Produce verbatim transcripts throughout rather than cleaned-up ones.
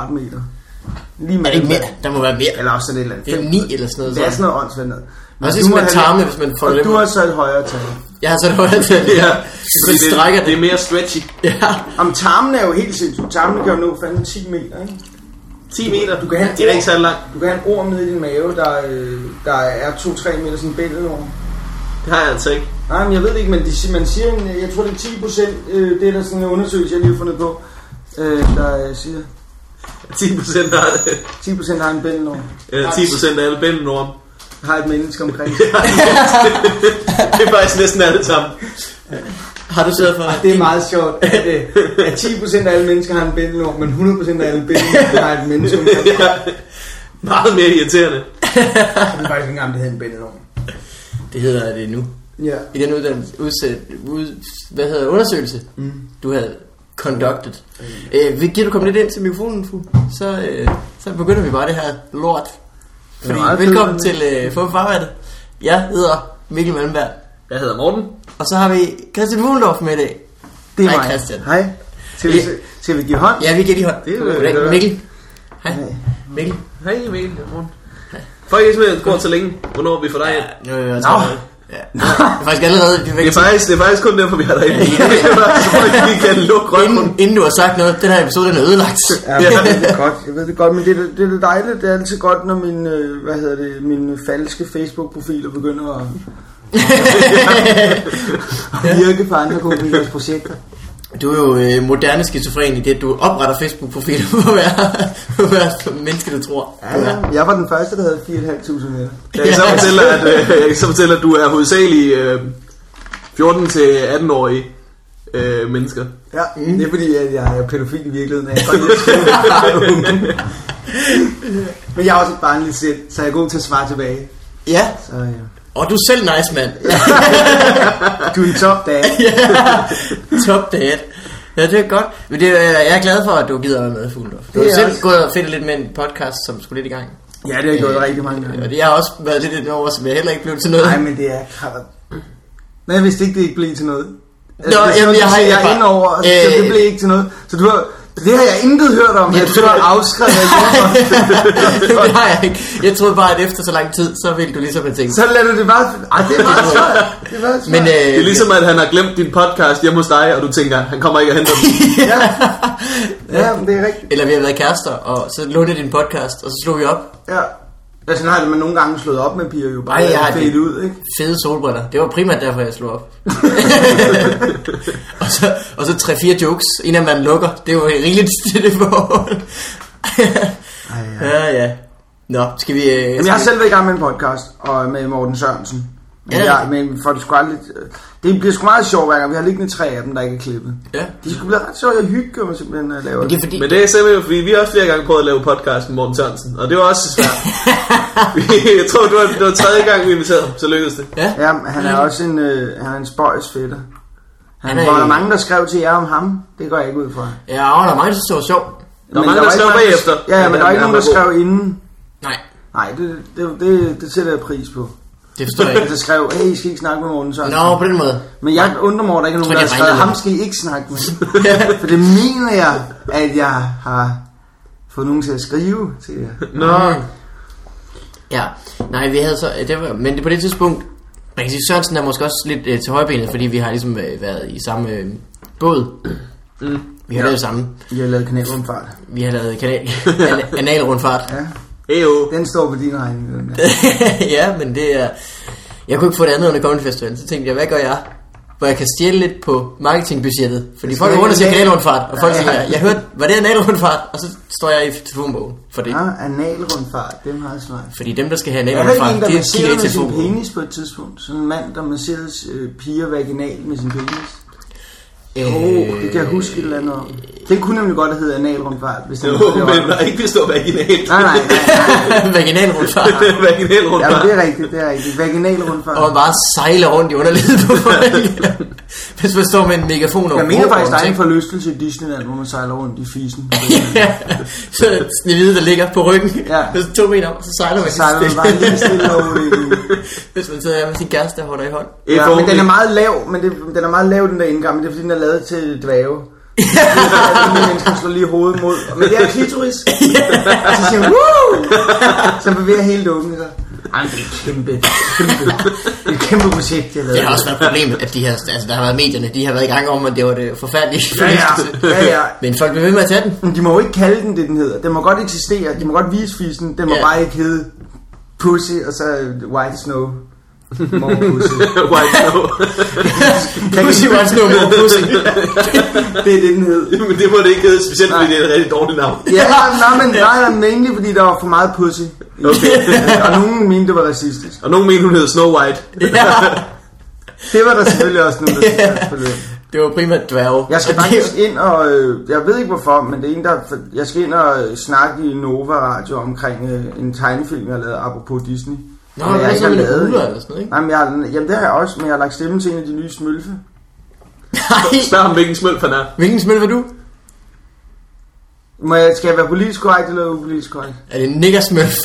kvadratmeter. Lige er det ikke mere? Der må være mere. Eller også sådan et eller andet. Det er ni eller sådan noget. Det er sådan noget åndssvendt noget. Men også ligesom en tarme, hvis man får og det. Og du har så et højere tal. Jeg har så et højere tal, ja. Så det, strækker det. Det er mere stretchy. Ja. Om tarmen er jo helt sindssygt. Tarmen kan jo nå fandme ti meter, ikke? ti meter? Du kan have det er ikke så langt. Du kan have en orm nede i din mave, der, der er to til tre meter sådan en bælgelorm. Det har jeg altså ikke. Nej, men jeg ved det ikke, men de, man siger, jeg tror det er ti procent, øh, det er der sådan en undersøgelse, jeg lige har fundet på, øh, der siger... ti procent har det. ti procent har en bælgelorm. Ja, ti procent af alle bælgelorm. Har et menneske omkring. Det er faktisk næsten alle sammen. Har du siddet for? Det er meget sjovt, at, at ti procent af alle mennesker har en bælgelorm, men hundrede procent af alle bælgelorm har et menneske omkring. Ja, meget mere irriterende. Det er faktisk ikke engang, det hedder en bælgelorm. Det hedder det nu. Ja. I den uddannelse, udsæt, ud, hvad hedder undersøgelse, mm. du havde conducted. Mm. Øh, vil giver du komme lidt ind til mikrofonen, Fu? Så, øh, så begynder vi bare det her lort. Fordi, velkommen til øh, Få Farvandet. Jeg hedder Mikkel Malmberg. Jeg hedder Morten. Og så har vi Christian Fuglendorf med i dag. Det er Hej, mig. Christian. Hej. Skal vi, skal vi give hånd? Ja, vi giver lige hånd. Det er Goddag, det. Mikkel. Hej. Mikkel. Hej Mikkel. Morten. Folk er simpelthen gået så længe. Hvornår vi får dig ind? Ja, nu er jeg også no. Ja. Det er faktisk allerede det er faktisk, det er faktisk kun derfor vi har dig inde. Ja, ja. Så vi kan lukke røven. Inden, inden du har sagt noget, den her episode den er ødelagt. Ja, jeg ved det godt. Jeg ved det godt, men det er det er dejligt. Det er altid godt, når min hvad hedder det, mine falske Facebook-profiler begynder at at virke på andre komikers projekter. Du er jo øh, moderne skizofren i det, at du opretter Facebook-profiler for at være, for at være menneske, du tror. Ja, ja. Jeg var den første, der havde fire tusind fem hundrede meter. Jeg kan så fortælle, at, øh, jeg kan så fortælle, at du er hovedsagelig øh, fjorten til atten-årige øh, mennesker. Ja, mm. Det er fordi, at jeg er pædofil i virkeligheden. Jeg kan godt lide at skrive. Men jeg er også et barnligt sind, så jeg er god til at svare tilbage. Ja. Så, ja. Og du er selv nice, mand. Du er en top dad. Top dad. Ja, det er godt. Men det, jeg er glad for, at du gider være med, Fuglendorf. Du har selv også gået og fedt lidt med en podcast, som skulle lidt i gang. Ja, det har jeg gjort rigtig mange gange. Og det har også været lidt et år, som jeg heller ikke blev til noget. Nej, men det er klart. Men jeg vidste ikke, det ikke blev til noget. Altså, Nå, jamen, jeg har jeg er inde over, og så øh, det blev ikke til noget. Så du har... Det har jeg intet hørt om, at du har afskrevet. Det har jeg ikke. Jeg troede bare, at efter så lang tid, så ville du ligesom have tænkt. Så lader du det bare... Ej, det er bare svært. Det er bare svært. Men, øh, det er ligesom, at han har glemt din podcast hjemme hos dig, og du tænker, han kommer ikke og henter den. Ja, ja, men det er rigtigt. Eller vi har været kærester, og så lånte din podcast, og så slog vi op. Ja. Ja, sådan har det man nogle gange slået op med piger jo. Bare Ej, jeg har fedt ud, ikke? Fede solbriller. Det var primært derfor, jeg slog op. og så, og så tre-fire jokes, inden man lukker. Det var rigeligt til det forhold. ja. ja, ja. Nå, skal vi... Øh, Jamen, jeg har selv været i gang med en podcast, og med Morten Sørensen. Men, ja, jeg, men for det skulle aldrig... Det bliver sgu meget sjovt hver gang. Vi har liggende tre af dem, der ikke er klippet. Ja. De skulle blive ret sjovt at hygge, og simpelthen at lave men det. Er fordi... Men det er simpelthen fordi, vi har også flere gange prøvet at lave podcast med Morten Sørensen, og det var også svært. Jeg tror, det var, det var tredje gang, vi inviterede ham, så lykkedes det. Ja, ja han er også en, øh, han er en spøjs fætter. Han, han var der mange, der skrev til jer om ham? Det går jeg ikke ud fra. Ja, og der er mange, der synes, det var sjovt. Der var mange, der, der skrev bagefter. Ja, ja, men der er ikke nogen, der skrev inden. Nej. Nej, det, det, det, det sætter jeg pris på. Det forstår jeg ikke. Der skrev, hey, I skal ikke snakke med Morten Sørensen. Nå, på den måde. Men jeg undrer mig, at der ikke er nogen, der har skrevet, ham skal I ikke snakke med. For det mener jeg, at jeg har fået nogen til at skrive til jer. Nå. Ja, nej, vi havde så, det var, men det på det tidspunkt, man kan sige, Sørensen er måske også lidt øh, til højbenet, fordi vi har ligesom øh, været i samme øh, båd. Mm. Vi har ja. lavet det samme. Vi har lavet kanalrundfart. Vi har lavet kanal, analrundfart. Ja. Ejo. Den står på din regning. Den der. Ja, men det er... Jeg kunne ikke få det andet under Comedy Festival, så tænkte jeg, hvad gør jeg? Hvor jeg kan stjæle lidt på marketingbudgettet. Fordi folk er rundt og siger kanalrundfart, og folk ja, ja. siger, jeg hørte, var det analrundfart? Og så står jeg i telefonbogen for det. Ja, analrundfart, det er meget smart. Fordi dem, der skal have analrundfart, det er det kigger i telefonbogen. Er der en, der sin penis på et tidspunkt? Sådan en mand, der masserede øh, piger vaginal med sin penis? Åh, øh, oh, det kan jeg huske et eller andet om. Den kunne nemlig godt have heddet analrundfart. Hvis det jo, var, men der ikke vil stå vaginalt. Nej, nej, nej. Vaginalrundfart. Vaginalrundfart. Ja, det er rigtigt, det er rigtigt. Vaginalrundfart. Og man bare sejler rundt i underlivet på folk. Hvis man står med en megafon over. Jeg mener faktisk, der er en forlystelse i Disneyland, hvor man sejler rundt i fisen. Ja, så er det Snehvide, der ligger på ryggen. Ja. Hvis to meter om, så sejler man. Så sejler man bare lige stille over i. Hvis man sidder med sin kæreste, der holder i hånd. Ja, men den er meget lav, men det, den er meget lav, den der indgang, men det er fordi, den er lavet til dvæve. Alle mennesker slår lige hovedet mod. Men det er klitoris. Og så siger han, woo! Så bevæger hele lungen sig. Ej, det er kæmpe, kæmpe, et kæmpe projekt, jeg lavede. Det har også været problemet, at de her, altså der har været medierne, de har været i gang om, at det var det forfærdelige ja, ja, ja, ja. Men folk bliver ved med at tage den. De må jo ikke kalde den det, den hedder. Den må godt eksistere, de må godt vise fisen, den må ja. bare ikke hedde Pussy, og så White Snow. More Pussy. White Snow. Pussy, White Snow, More Pussy. Det er det, den hed. Men det må det ikke hedde, specielt nej. Fordi det er et rigtig dårligt navn. Ja, nej, men nej, men egentlig fordi der var for meget pussy. Okay. Og nogen mente, det var racistisk. Og nogen mente, hun hed Snow White. Ja. Det var der selvfølgelig også nogen, der ja. Det var primært dværge. Jeg skal faktisk ind og, øh, jeg ved ikke hvorfor, men det er en, der, jeg skal ind og snakke i Nova Radio omkring øh, en tegnefilm, jeg har lavet, apropos Disney. Nå, det er sådan en uler eller sådan noget, ikke? Nej, men jeg har, jamen det har jeg også, men jeg har lagt stemme til en af de nye smølfe. Nej. Spørg ham, hvilken smølf han er. Hvilken smølf er du? Må jeg, skal jeg være politisk korrekt eller upolitisk korrekt? Er det niggersmølf?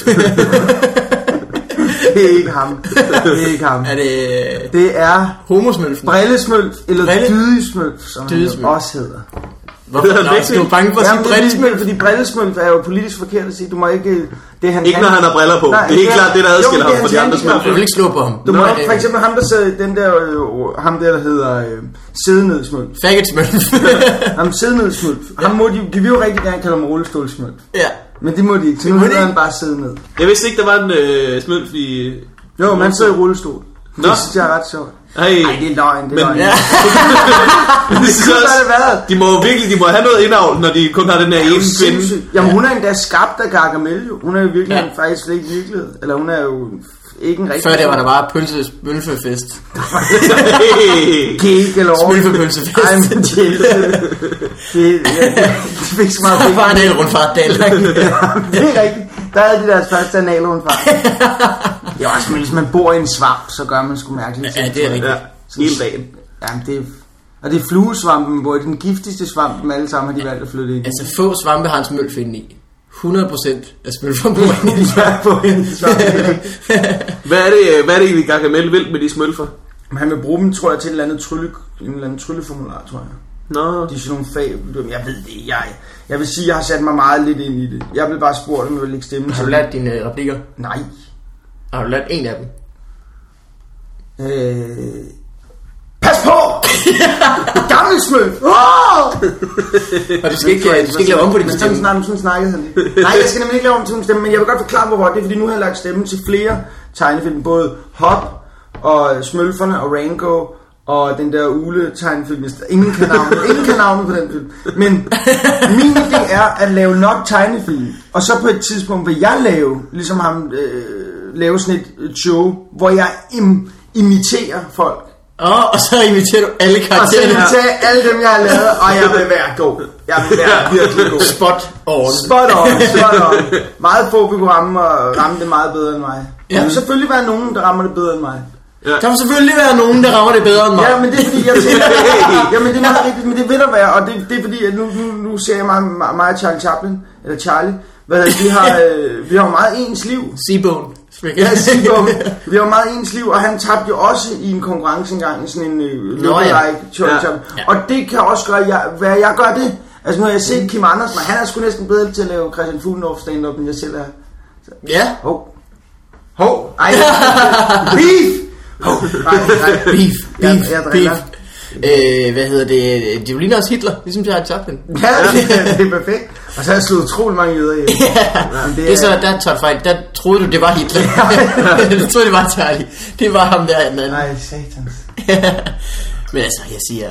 Det er ikke ham. Det er ikke ham. Er det... Det er... Homosmølfen? Brillesmølf, eller Brille? dydesmølf, som dydesmølf. han også hedder. Hvorfor? Nå, du er bange for at sige brillesmølf? Fordi brillesmølf er jo politisk forkert at sige. Du må ikke... Det er han, ikke når han har briller på. Nej, det er helt klart det, der adskiller ham fra de andre smølfer. Du vil ikke slå på ham. Du må ikke, for eksempel ham, der sidder, den der, øh, ham der, der hedder øh, sædenedsmølf. Faggotsmølf. Ham sædenedsmølf. Ham må de, de vil jo rigtig gerne kalde ham rullestolsmølf. Ja. Men det må de ikke. Så nu hedder han bare sidde ned. Jeg vidste ikke, der var en øh, smølf i... Jo, man sidder i rullestol. Nå. Det synes jeg er ret sjovt. Ej, Ej, det er løgn, det er løgn. Ja. det skulle også, det været. De må jo virkelig, de må have noget indavl, når de kun har den her ene kvinde. Jamen hun er endda skabt af Gargamel jo. Hun er jo virkelig ja. faktisk slet ikke virkelighed. Eller hun er jo ikke en rigtig... Før det var der bare pølse smølfefest. Cake eller over. Smølfepølsefest. Ej, men det det, det fik så meget... Det var en analrundfart, det er det er rigtigt. Der havde de deres første analrundfart. Det er også, men hvis man bor i en svamp, så gør man sgu mærkeligt. Ja, det er rigtigt. Ja, hele dagen. Jamen, det er... Og det er fluesvampen, man bor i. Den giftigste svamp, dem alle sammen har de valgt at flytte ind. Altså, få svampe har en smølf inde i. hundrede procent af smølfer bor inde i svamp. Hvad er det, hvad er det egentlig, Gargamel vil med de smølfer? Han vil bruge dem, tror jeg, til et eller andet trylle, en eller anden trylleformular, tror jeg. Nå. De er sådan nogle fag. Jeg ved det, jeg... Jeg vil sige, jeg har sat mig meget lidt ind i det. Jeg vil bare spurgt, om jeg vil lægge stemme til. Har du lært dine replikker? Nej. Har du lært en af dem? Øh... Pas på! Gammel smølf! Oh! Og du skal ikke, du skal ikke lave om på din stemme. Sådan, sådan snakkede han lige. Nej, jeg skal nemlig ikke lave om til din stemme, men jeg vil godt forklare, hvorfor. Det er, fordi nu har jeg lagt stemme til flere tegnefilm. Både Hop og Smølferne og Rango og den der ule-tegnefilm. Ingen kan navnet, ingen kan navnet på den film. Men min idé er at lave nok tegnefilm. Og så på et tidspunkt vil jeg lave, ligesom ham, øh, lave sådan et show, hvor jeg im- imiterer folk. Åh, oh, og så imiterer du alle karakterer. Og så imiterer alle dem, jeg har lavet, og jeg vil være god. Jeg vil være virkelig god. Spot on. Spot on, spot on. Meget få vil kunne ramme og ramme det meget bedre end mig. Ja. Der vil selvfølgelig være nogen, der rammer det bedre end mig. Ja. Der vil selvfølgelig være nogen, der rammer det bedre end mig. Ja, men det er fordi, jeg tænker, jamen det er meget rigtigt, men det vil der være, og det, det er fordi, at nu, nu, nu ser jeg mig, mig og Charlie Chaplin, eller Charlie, hvad vi har, øh, vi har jo meget ens liv. Seabone. Ja, Seabone. Vi har jo meget ens liv, og han tabte jo også i en konkurrence engang i sådan en øh, lookalike Charlie ja. Chaplin. Ja. Og det kan også gøre, jeg, hvad jeg gør det. Altså nu har jeg set Kim Andersen, og han er sgu næsten bedre til at lave Christian Fuglendorf stand-up, end jeg selv er. Så. Ja. Hov. Hov. Ej. Beef. Hov. Nej, nej. Beef. Beef. Jeg, jeg Beef. Øh, hvad hedder det? Det jo ligner også Hitler, ligesom Charlie Chaplin. Ja, det er perfekt. Og så har jeg slået utrolig mange jøder ihjel. Ja, det, det er så, der tager fejl. Der troede du, det var Hitler. Jeg troede, det var Charlie. Det var ham der, den anden. Nej, satans. Men altså, jeg siger...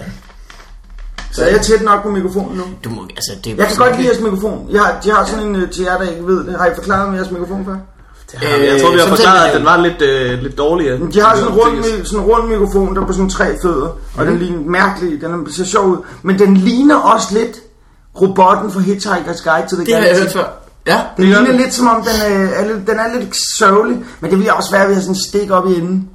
Så er jeg tæt nok på mikrofonen nu? Du må, altså, det jeg kan godt lide jeres mikrofon. Jeg har, de har sådan en, til jer, der ikke ved det. Har I forklaret med jeres mikrofon før? Øh, jeg tror vi har forklaret, at den var lidt, øh, lidt dårligere. De har sådan en rund, sådan en rund mikrofon, der er på sådan tre fødder. Og mm. den ligner mærkelig, den ser sjov ud. Men den ligner også lidt robotten fra Hitchhiker's Guide to the Galaxy. Det har jeg hørt før. Ja, den ligner lidt. lidt som om den er, er, lidt, den er lidt sørgelig. Men det vil også være ved at sådan stik op i enden.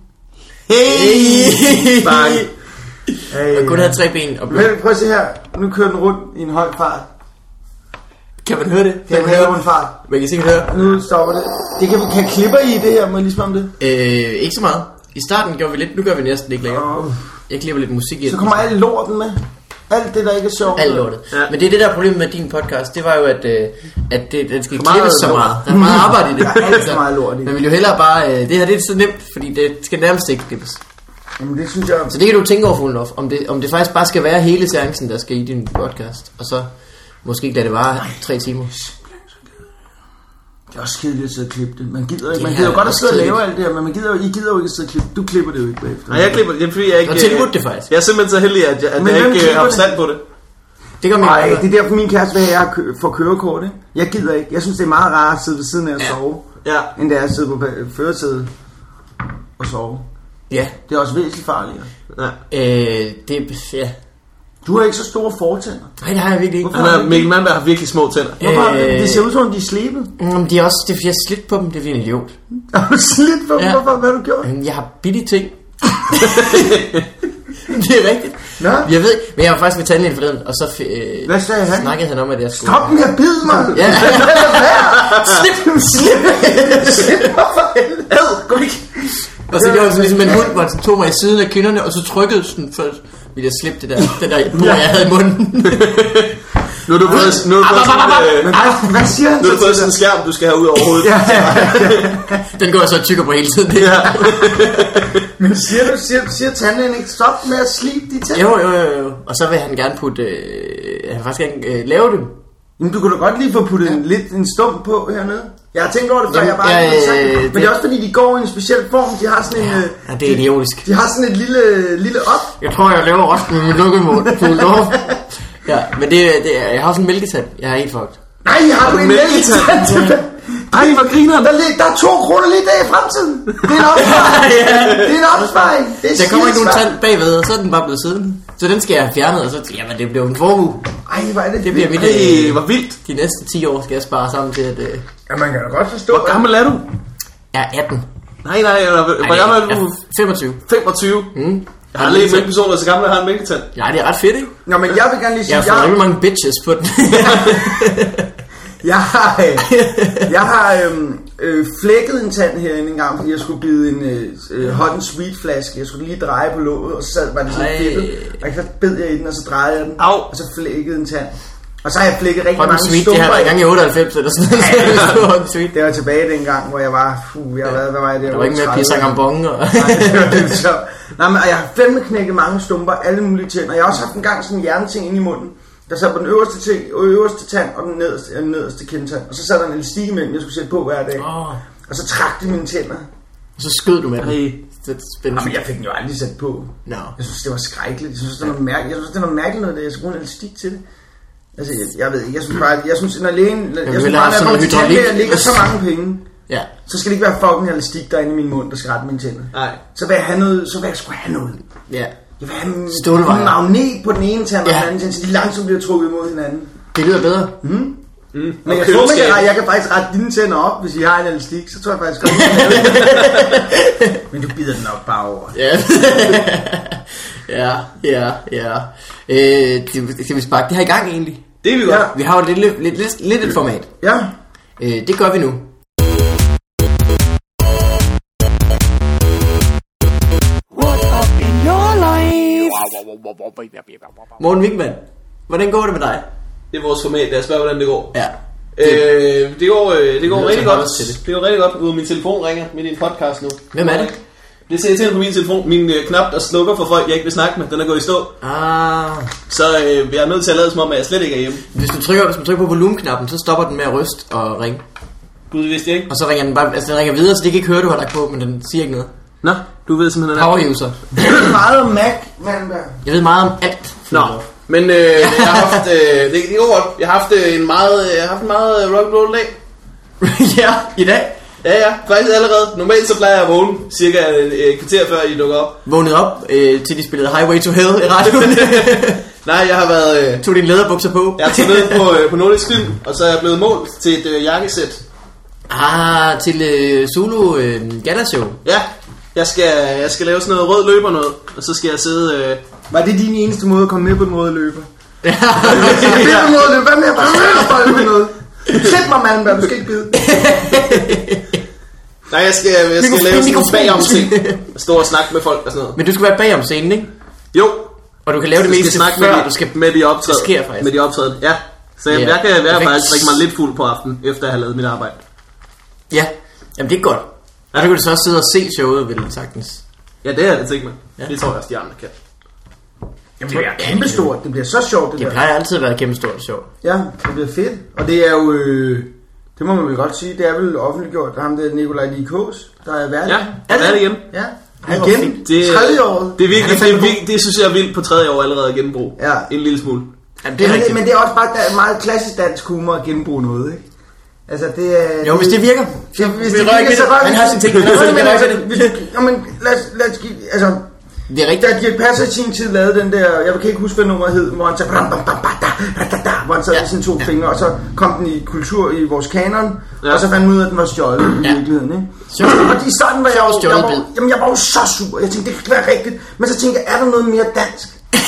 Hey! Bang! Hey, og kun have tre ben og blød. Prøv at se her. Nu kører den rundt i en høj fart. Kan man høre det? Kan man høre en fart? Man kan sikkert høre. Nu stopper det. Det kan, kan klipper i det her, må jeg lige spørge om det? Øh, ikke så meget. I starten gjorde vi lidt, nu gør vi næsten ikke længere. Oh. Jeg klipper lidt musik i. Så kommer alle lorten med. Alt det, der ikke er sjovt. Alt lortet. Ja. Men det er det der problem med din podcast. Det var jo, at, øh, at det, den skal meget klippes så lort. meget. Der er meget arbejde i det. Der er alt så meget lort i det. Man vil jo hellere bare... Øh, det her det er så nemt, fordi det skal nærmest ikke klippes. Jamen det synes jeg... Så det kan du tænke over, Fuglendorf. Om det, om det faktisk bare skal være hele seancen, der skal i din podcast. Og så måske ikke lade det vare tre timer. Det er også kedeligt at sidde og klippe det. Man gider ikke. Det Man gider er jo godt at også sidde og lave kedeligt. alt det her, men man gider jo, I gider jo ikke at sidde og klippe. Du klipper det jo ikke bagefter. Nej, jeg klipper det, er fordi jeg ikke... Du har tilbudt det faktisk. Jeg er simpelthen så heldig, at jeg, at Men jeg hvem ikke klipper har det? forstand på det. Det gør min Nej, brother. det er derfor min kæreste vil have, at jeg kø- får kørekort, ikke? Jeg gider ikke. Jeg synes, det er meget rart at sidde ved siden af at sove, Ja. end det er at sidde på pa- førersædet og sove. Ja. Det er også væsentligt farligere. Ja. Øh, det ja. Du har ikke så store fortænder. Nej, det har jeg virkelig ikke. Hvorfor? Han er, Mikkel Malmberg har virkelig små tænder. Hvorfor? Øh. Det ser ud som om, de er slebet. Mm, de er også, det er fordi jeg har slidt på dem, det er fordi jeg er en idiot. Har du slidt på dem? Ja. Hvorfor? Hvad har du gjort? Men jeg har billige ting. Det er rigtigt. Nå. Jeg ved ikke, men jeg var faktisk ved tandlægen forleden, og så øh, Hvad sagde han? snakkede han om, at jeg skulle... Stop med at bide mig! Ja. Slip! Slip! Slip mig for helvede! Gå ikke! Og så gjorde han sådan ligesom en hund, hvor han tog mig i siden af kinderne, og så trykkede sådan, for ville jeg slippe det der, den der bord, jeg havde i munden. Nu har du fået, nu har du fået sådan, øh, Men hvad, hvad siger han nu har så du fået til sådan en dig? skærm, du skal have ud over hovedet. Ja, ja, ja. Den går jeg så og tykker på hele tiden. Ja. Men siger du, siger, siger tandlægen ikke stop med at slibe de tænder? Jo, jo, jo, jo. Og så vil han gerne putte, øh, han vil faktisk gerne øh, lave dem. Men du kunne da godt lige få puttet en, lidt en stump på hernede. Jeg har tænkt over det, før Jamen, jeg bare ja, ikke har sagt det. øh, Men det er også fordi, de går i en speciel form. De har sådan en... øh, Ja, det er idiotisk. De har sådan et lille, lille op. Jeg tror, jeg laver resten med min lukkemund. Ja, men det, det er, jeg har sådan en mælketand. Jeg er helt fucked. Nej, har du en mælketand? mælketand? Ej, hvor griner han. Der, lig- der er to kroner lige der i fremtiden. Det er en opsparing. Ja. Det er en opsparing. Det er Der kommer ikke nogen skidesvært. tand bagved, og så er den bare blevet siddende. Så den skal jeg have fjernet, og så jamen det bliver en formue. Ej, hvor er det Det bliver vildt. mit... Ej, Øh, hvor vildt. de næste ti år skal jeg spare sammen til, at øh, Ja, man kan da godt forstå. Hvor gammel er du? jeg er atten. Nej, nej, eller, hvor gammel er jeg du? er femogtyve. femogtyve. Mm. Jeg har aldrig mødt personer så gamle, der har en mælketand. Ja, det er ret fedt, ikke? Nå, men jeg vil gerne lige sige, Jeg har fået rigtig mange bitches på den. Jeg har, øh, jeg har øhm, øh, flækket en tand herinde en gang, fordi jeg skulle bide en øh, øh, hot and sweet flaske. Jeg skulle lige dreje på låget, og så sad, var det sådan Ej. fedtet. Og så bed jeg i den, og så drejede jeg den. Au. Og så flækkede en tand. Og så har jeg flækket rigtig Hot and mange sweet, det stumper. har været i gang i otteoghalvfems eller sådan noget. Hot and sweet. Det var tilbage dengang, hvor jeg var... Fuh, jeg, ja. hvad, hvad var jeg der? Der var ikke mere pisse ambong. Og... Nej, det var lidt sjovt. Nej, men og jeg har fandme knækket mange stumper, alle mulige tænder. Jeg har også haft en gang sådan en jernting inde i munden. Der sad på den øverste, ting, øverste tand og den nederste, den nederste kindtand. Og så sad der en elastik imellem, jeg skulle sætte på hver dag. Oh. Og så trak de mine tænder. Og så skød du med den. Ej. Det er spændende. Jamen, jeg fik den jo aldrig sat på. No. Jeg synes, det var skrækkeligt. Jeg synes, det var mærkeligt. Jeg synes, det var mærkeligt noget, da jeg skulle bruge en elastik til det. Altså, jeg, jeg ved ikke. Jeg synes bare, jeg synes, når lægen... Jeg, jeg synes vil bare, have når jeg sådan kommer noget til tandlæge, jeg hydraulik. ligger så mange penge. Ja. Så skal det ikke være fucking elastik, der er inde i min mund, der skal rette mine tænder. Nej. Så vil jeg have noget, så vil jeg sgu have noget. Ja. Jeg vil have en, Stålvejer. en magnet på den ene tand og Ja. den anden tand, så de langsomt bliver trukket imod hinanden. Det lyder bedre. Mm. Men Og jeg tror, man køleskab. kan, jeg kan faktisk rette dine tænder op, hvis I har en elastik, så tror jeg faktisk godt, jeg kan lave det. Men du bider den op bare over. Ja. ja, ja, ja. Øh, det, skal vi sparke det her i gang egentlig? Det er vi godt. Ja. Vi har jo lidt, lidt, lidt, lidt, lidt et format. Ja. Øh, det gør vi nu. Morten Wigman, hvordan går det med dig? Det er vores format, jeg spørger, hvordan det går. Ja. Øh, det går, øh, det går lyder rigtig som godt. os til det. Det går rigtig godt. Ude min telefon ringer med din podcast nu. Hvem er det? Det ser jeg til på min telefon. Min øh, knap, der slukker for folk, jeg ikke vil snakke med, den er gået i stå. Ah. Så øh, jeg er nødt til at lade som om, at jeg slet ikke er hjemme. Hvis du trykker, hvis man trykker på volumenknappen, så stopper den med at ryste og ringe. Gud, vidste jeg ikke. Og så ringer den bare, altså den ringer videre, så de kan ikke høre, du har lagt på, men den siger ikke noget. Nå, du ved simpelthen, at Power user. Det er meget om Mac, Malmberg. Jeg ved meget om alt. Nå, men øh, jeg har haft, øh, det, det går godt. Jeg har haft øh, en meget, jeg har haft en meget øh, rock and roll dag. Ja, i dag. Ja, ja, faktisk allerede. Normalt så plejer jeg at vågne cirka et øh, kvarter før I dukker op. Vågnede op, øh, til de spillede Highway to Hell i radioen. Nej, jeg har været, øh, Tog dine læderbukser på. jeg har taget ned på, øh, på Nordisk Film, og så er jeg blevet målt til et øh, jakkesæt. Ah, til øh, Zulu øh, Gala Show. Ja, jeg skal, jeg skal lave sådan noget rød løber noget, og så skal jeg sidde... Øh, Var det din eneste måde at komme med på den røde løber? Ja. Det er den røde løber. Hvad med at bare med med noget? Sæt mig, Malmberg. Du skal ikke bide. nej, jeg skal, jeg skal Mikrofon, lave sådan mikrofon. nogle bagom ting. Stå og snakke med folk og sådan noget. Men du skal være bagom scenen, ikke? Jo, Og du kan lave det meste snakke før med, du skal med de optræde. Det sker faktisk. Med de optræde, ja. Så ja. jeg kan være Perfekt. faktisk drikke mig lidt fuld på aftenen, efter jeg har lavet mit arbejde. Ja, jamen det er godt. Og så kan du så også sidde og se showet, vil du sagtens. Ja, det er det, tænkt mig. Ja. Det tror jeg også, de andre kan. Jamen, det bliver kæmpestort. Det bliver så sjovt, det, det der. plejer altid at være kæmpe stort sjov. Ja, det bliver fedt. Og det er jo... Øh, det må man vel godt sige. Det er vel offentliggjort. Der er ham der Nikolaj Likås, der er værd. Ja, er det igen? Ja. Han Igen. Det, Tredje året. Det, er virkelig, Han er det, er fandme virkelig, det synes jeg er vildt på tredje år allerede at genbrug. Ja. En lille smule. Jamen, det Det er er rigtigt. men det er også bare der er meget klassisk dansk humor at genbruge noget, ikke? Altså det er... Jo, hvis det virker. Så, hvis Vi det rører virker, ikke så det. rører Han vi har det. sine ting, han har Nå, sine men ting, altså, han rører hvis du- Nå, men lad os, lad os give... Altså, Det er rigtigt. da Dirch Passer i sin tid lavede den der... Jeg kan ikke huske, hvad nummeret hed, hvor han sagde... Bam, bam, bam, bam, da, da, da, da, hvor han sad Ja. med sine to fingre, og så kom den i kultur i vores kanon, Ja. og så fandt man ud af, at den var stjålet i Ja. virkeligheden, ikke? Så- Og i starten var jeg jo... Jeg Stjålet var, bid. jamen, jeg var jo så sur. Jeg tænkte, det kan ikke være rigtigt. Men så tænkte jeg, er der noget mere dansk?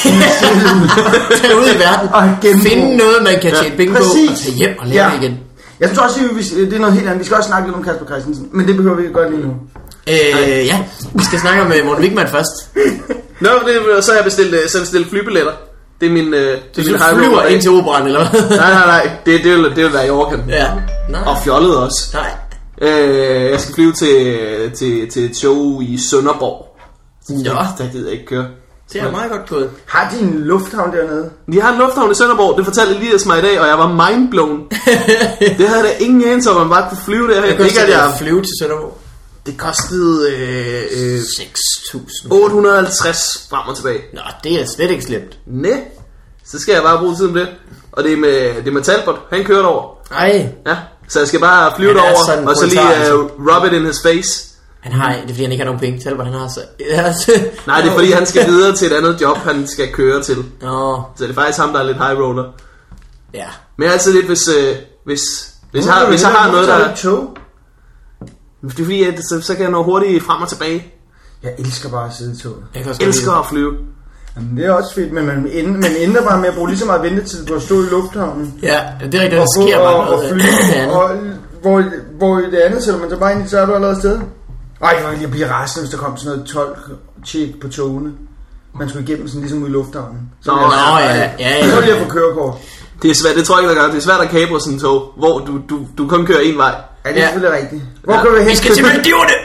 Tag ud i verden Og genbrug. finde noget, man kan tjene penge på, og Præcis. tage hjem og lave Ja. det igen. Jeg synes også, at vi- det er noget helt andet. Vi skal også snakke lidt om Kasper Christensen, men det behøver vi ikke godt lige nu. Øh, ja, vi skal snakke om uh, Morten Wigman først. Nå, det, så har jeg bestilt, øh, så har jeg bestilt flybilletter. Det er min, øh, det er Du min high flyver roller. ind til operan, eller hvad? Nej, nej, nej. Det, det, vil, det vil være i overkanten. Ja. Nej. Og fjollet også. Nej. Øh, jeg skal flyve til, til, til et show i Sønderborg. Nå, Der gider jeg ikke køre. det er meget godt gået. Har de en lufthavn dernede? Vi har en lufthavn i Sønderborg, det fortalte Elias mig i dag, og jeg var mindblown. Det havde jeg da ingen anelse om, at man bare kunne flyve derhen. Jeg Ikke kan at ikke jeg... at flyve til Sønderborg. Det kostede øh, øh, seks tusind. otte hundrede og halvtreds frem og tilbage. Nå, det er slet ikke slemt. Næ, så skal jeg bare bruge tiden på det. Og det er med, det er med Talbot, han kører over. Ej, Ja, så jeg skal bare flyve Han er derover, sådan og så lige proletarisk. uh, rub it in his face. han har, det er fordi han ikke har nogen penge. Talbot, han har så... Nej, det er fordi han skal videre til et andet job, han skal køre til. Nå, Så det er faktisk ham, der er lidt high roller. ja. Men jeg er altid lidt, hvis, øh, hvis, hvis, jeg har, hvis jeg har noget, der... et tog. Det er fordi, at så, så kan jeg nå hurtigt frem og tilbage. Jeg elsker bare at sidde i toget. Jeg kan også Jeg godt elsker lide at flyve. Jamen, det er også fedt, men man ender, man ender bare med at bruge lige så meget ventetid på at stå i lufthavnen. det. Ja, det er rigtigt, der Og, sker og, bare og noget. flyve, andet. og hvor, hvor i det andet sætter man så bare ind, så er du allerede afsted. Ej, jeg var lige blive rasende, hvis der kom sådan noget tolk-tjek på togene. Man skulle igennem sådan ligesom ude i lufthavnen. Så Nå, ville jeg- Nå, ja, ja, ja. Så ville jeg få kørekort. Det er svært, det tror jeg ikke, der gør. Det er svært at kapre sådan en tog, hvor du, du, du kun kører en vej. Ja, det er Ja. selvfølgelig rigtigt. Hvor Ja. kan vi hen? Vi skal til Maldiverne!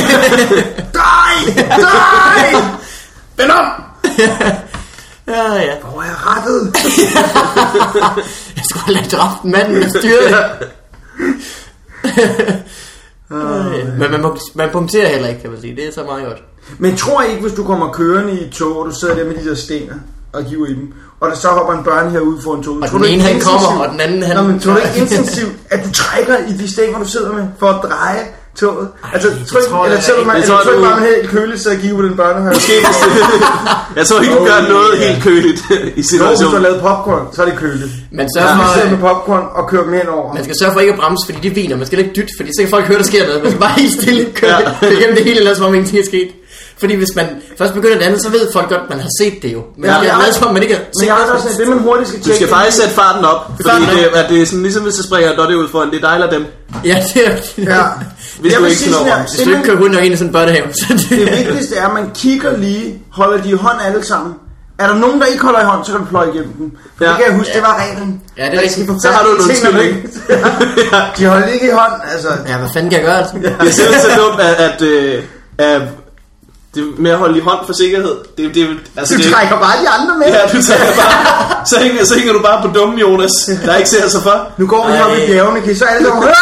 Nej! Nej! Vend om! Ja, ja. Hvor er jeg rettet? Jeg skulle have lagt dræbt manden, der styrede det. Øh, Men man, må, man punkterer heller ikke, kan man sige. Det er så meget godt. Men tror I ikke, hvis du kommer kørende i et tog, og du sidder der med de der stænger og giver i dem, og der så hopper en børn herude foran toget. Og tror den du ikke ene, han intensivt- kommer, og den anden, han- Nå, men tror du ikke intensivt, at du trækker i de stænger, du sidder med, for at dreje toget? Altså, det tror, tror tror eller jeg tror du, ikke. man, Det eller tror tror du du- bare, man helt køligt så at give den børnehave? Måske hvis Jeg tror ikke, du gør Oh, noget yeah. helt køligt i Jo, hvis du situationen. har lavet popcorn, så er det køligt. Man Så sørger vi sidder med for, popcorn og kører dem henover. man skal sørge for ikke at bremse, fordi det viner. Man skal ikke dytte, fordi så kan folk høre, der sker noget. Man skal bare helt stille køre Ja. igennem det hele, eller som om ingenting er sket. Fordi hvis man først begynder det andet, så ved folk godt, at man har set det jo. Men Ja, ja, jeg jeg- er med, som om man ikke har Men set jeg har også sådan, det man hurtigt skal Du tjekke. skal faktisk sætte farten op, fordi Farten op. det, at det er sådan, ligesom hvis jeg springer Dottie ud foran, det er dig eller dem. Ja, det er rigtigt. Ja. Hvis Jeg du vil ikke sige når sådan her, om. Hvis du ikke det, kører hurtigt nok ind i sådan en børnehave, så det, det vigtigste er, at man kigger lige, holder de i hånd alle sammen. Er der nogen, der ikke holder i hånd, så kan du pløje igennem dem. For Ja. det kan jeg huske, det var reglen. Ja, det er rigtigt. Så har du en undskyldning. De holder ikke i hånd, altså. Ja, hvad fanden kan jeg gøre? Altså? Det er simpelthen så dumt, at, at, øh, at det med at holde i hånd for sikkerhed. Det, det, altså, Du det, trækker bare de andre med. Ja, du tager bare, så, hænger, så hænger du bare på dumme Jonas, der ikke ser sig for. Nu går vi Ej. op i bjergene, kan I så alle sammen.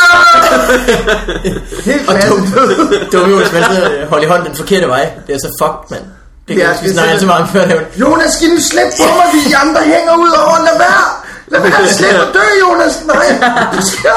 Helt Og klasse. Det var jo, hvis man sidder og holder i hånden den forkerte vej. Det er så fucked, mand. Det kan Ja, ja, vi det er snakke altid sådan- meget om før. Det Jonas, skal du slippe på mig, de andre hænger ud over. Lad være. Lad være, slip og dø, Jonas. Nej. Du skal...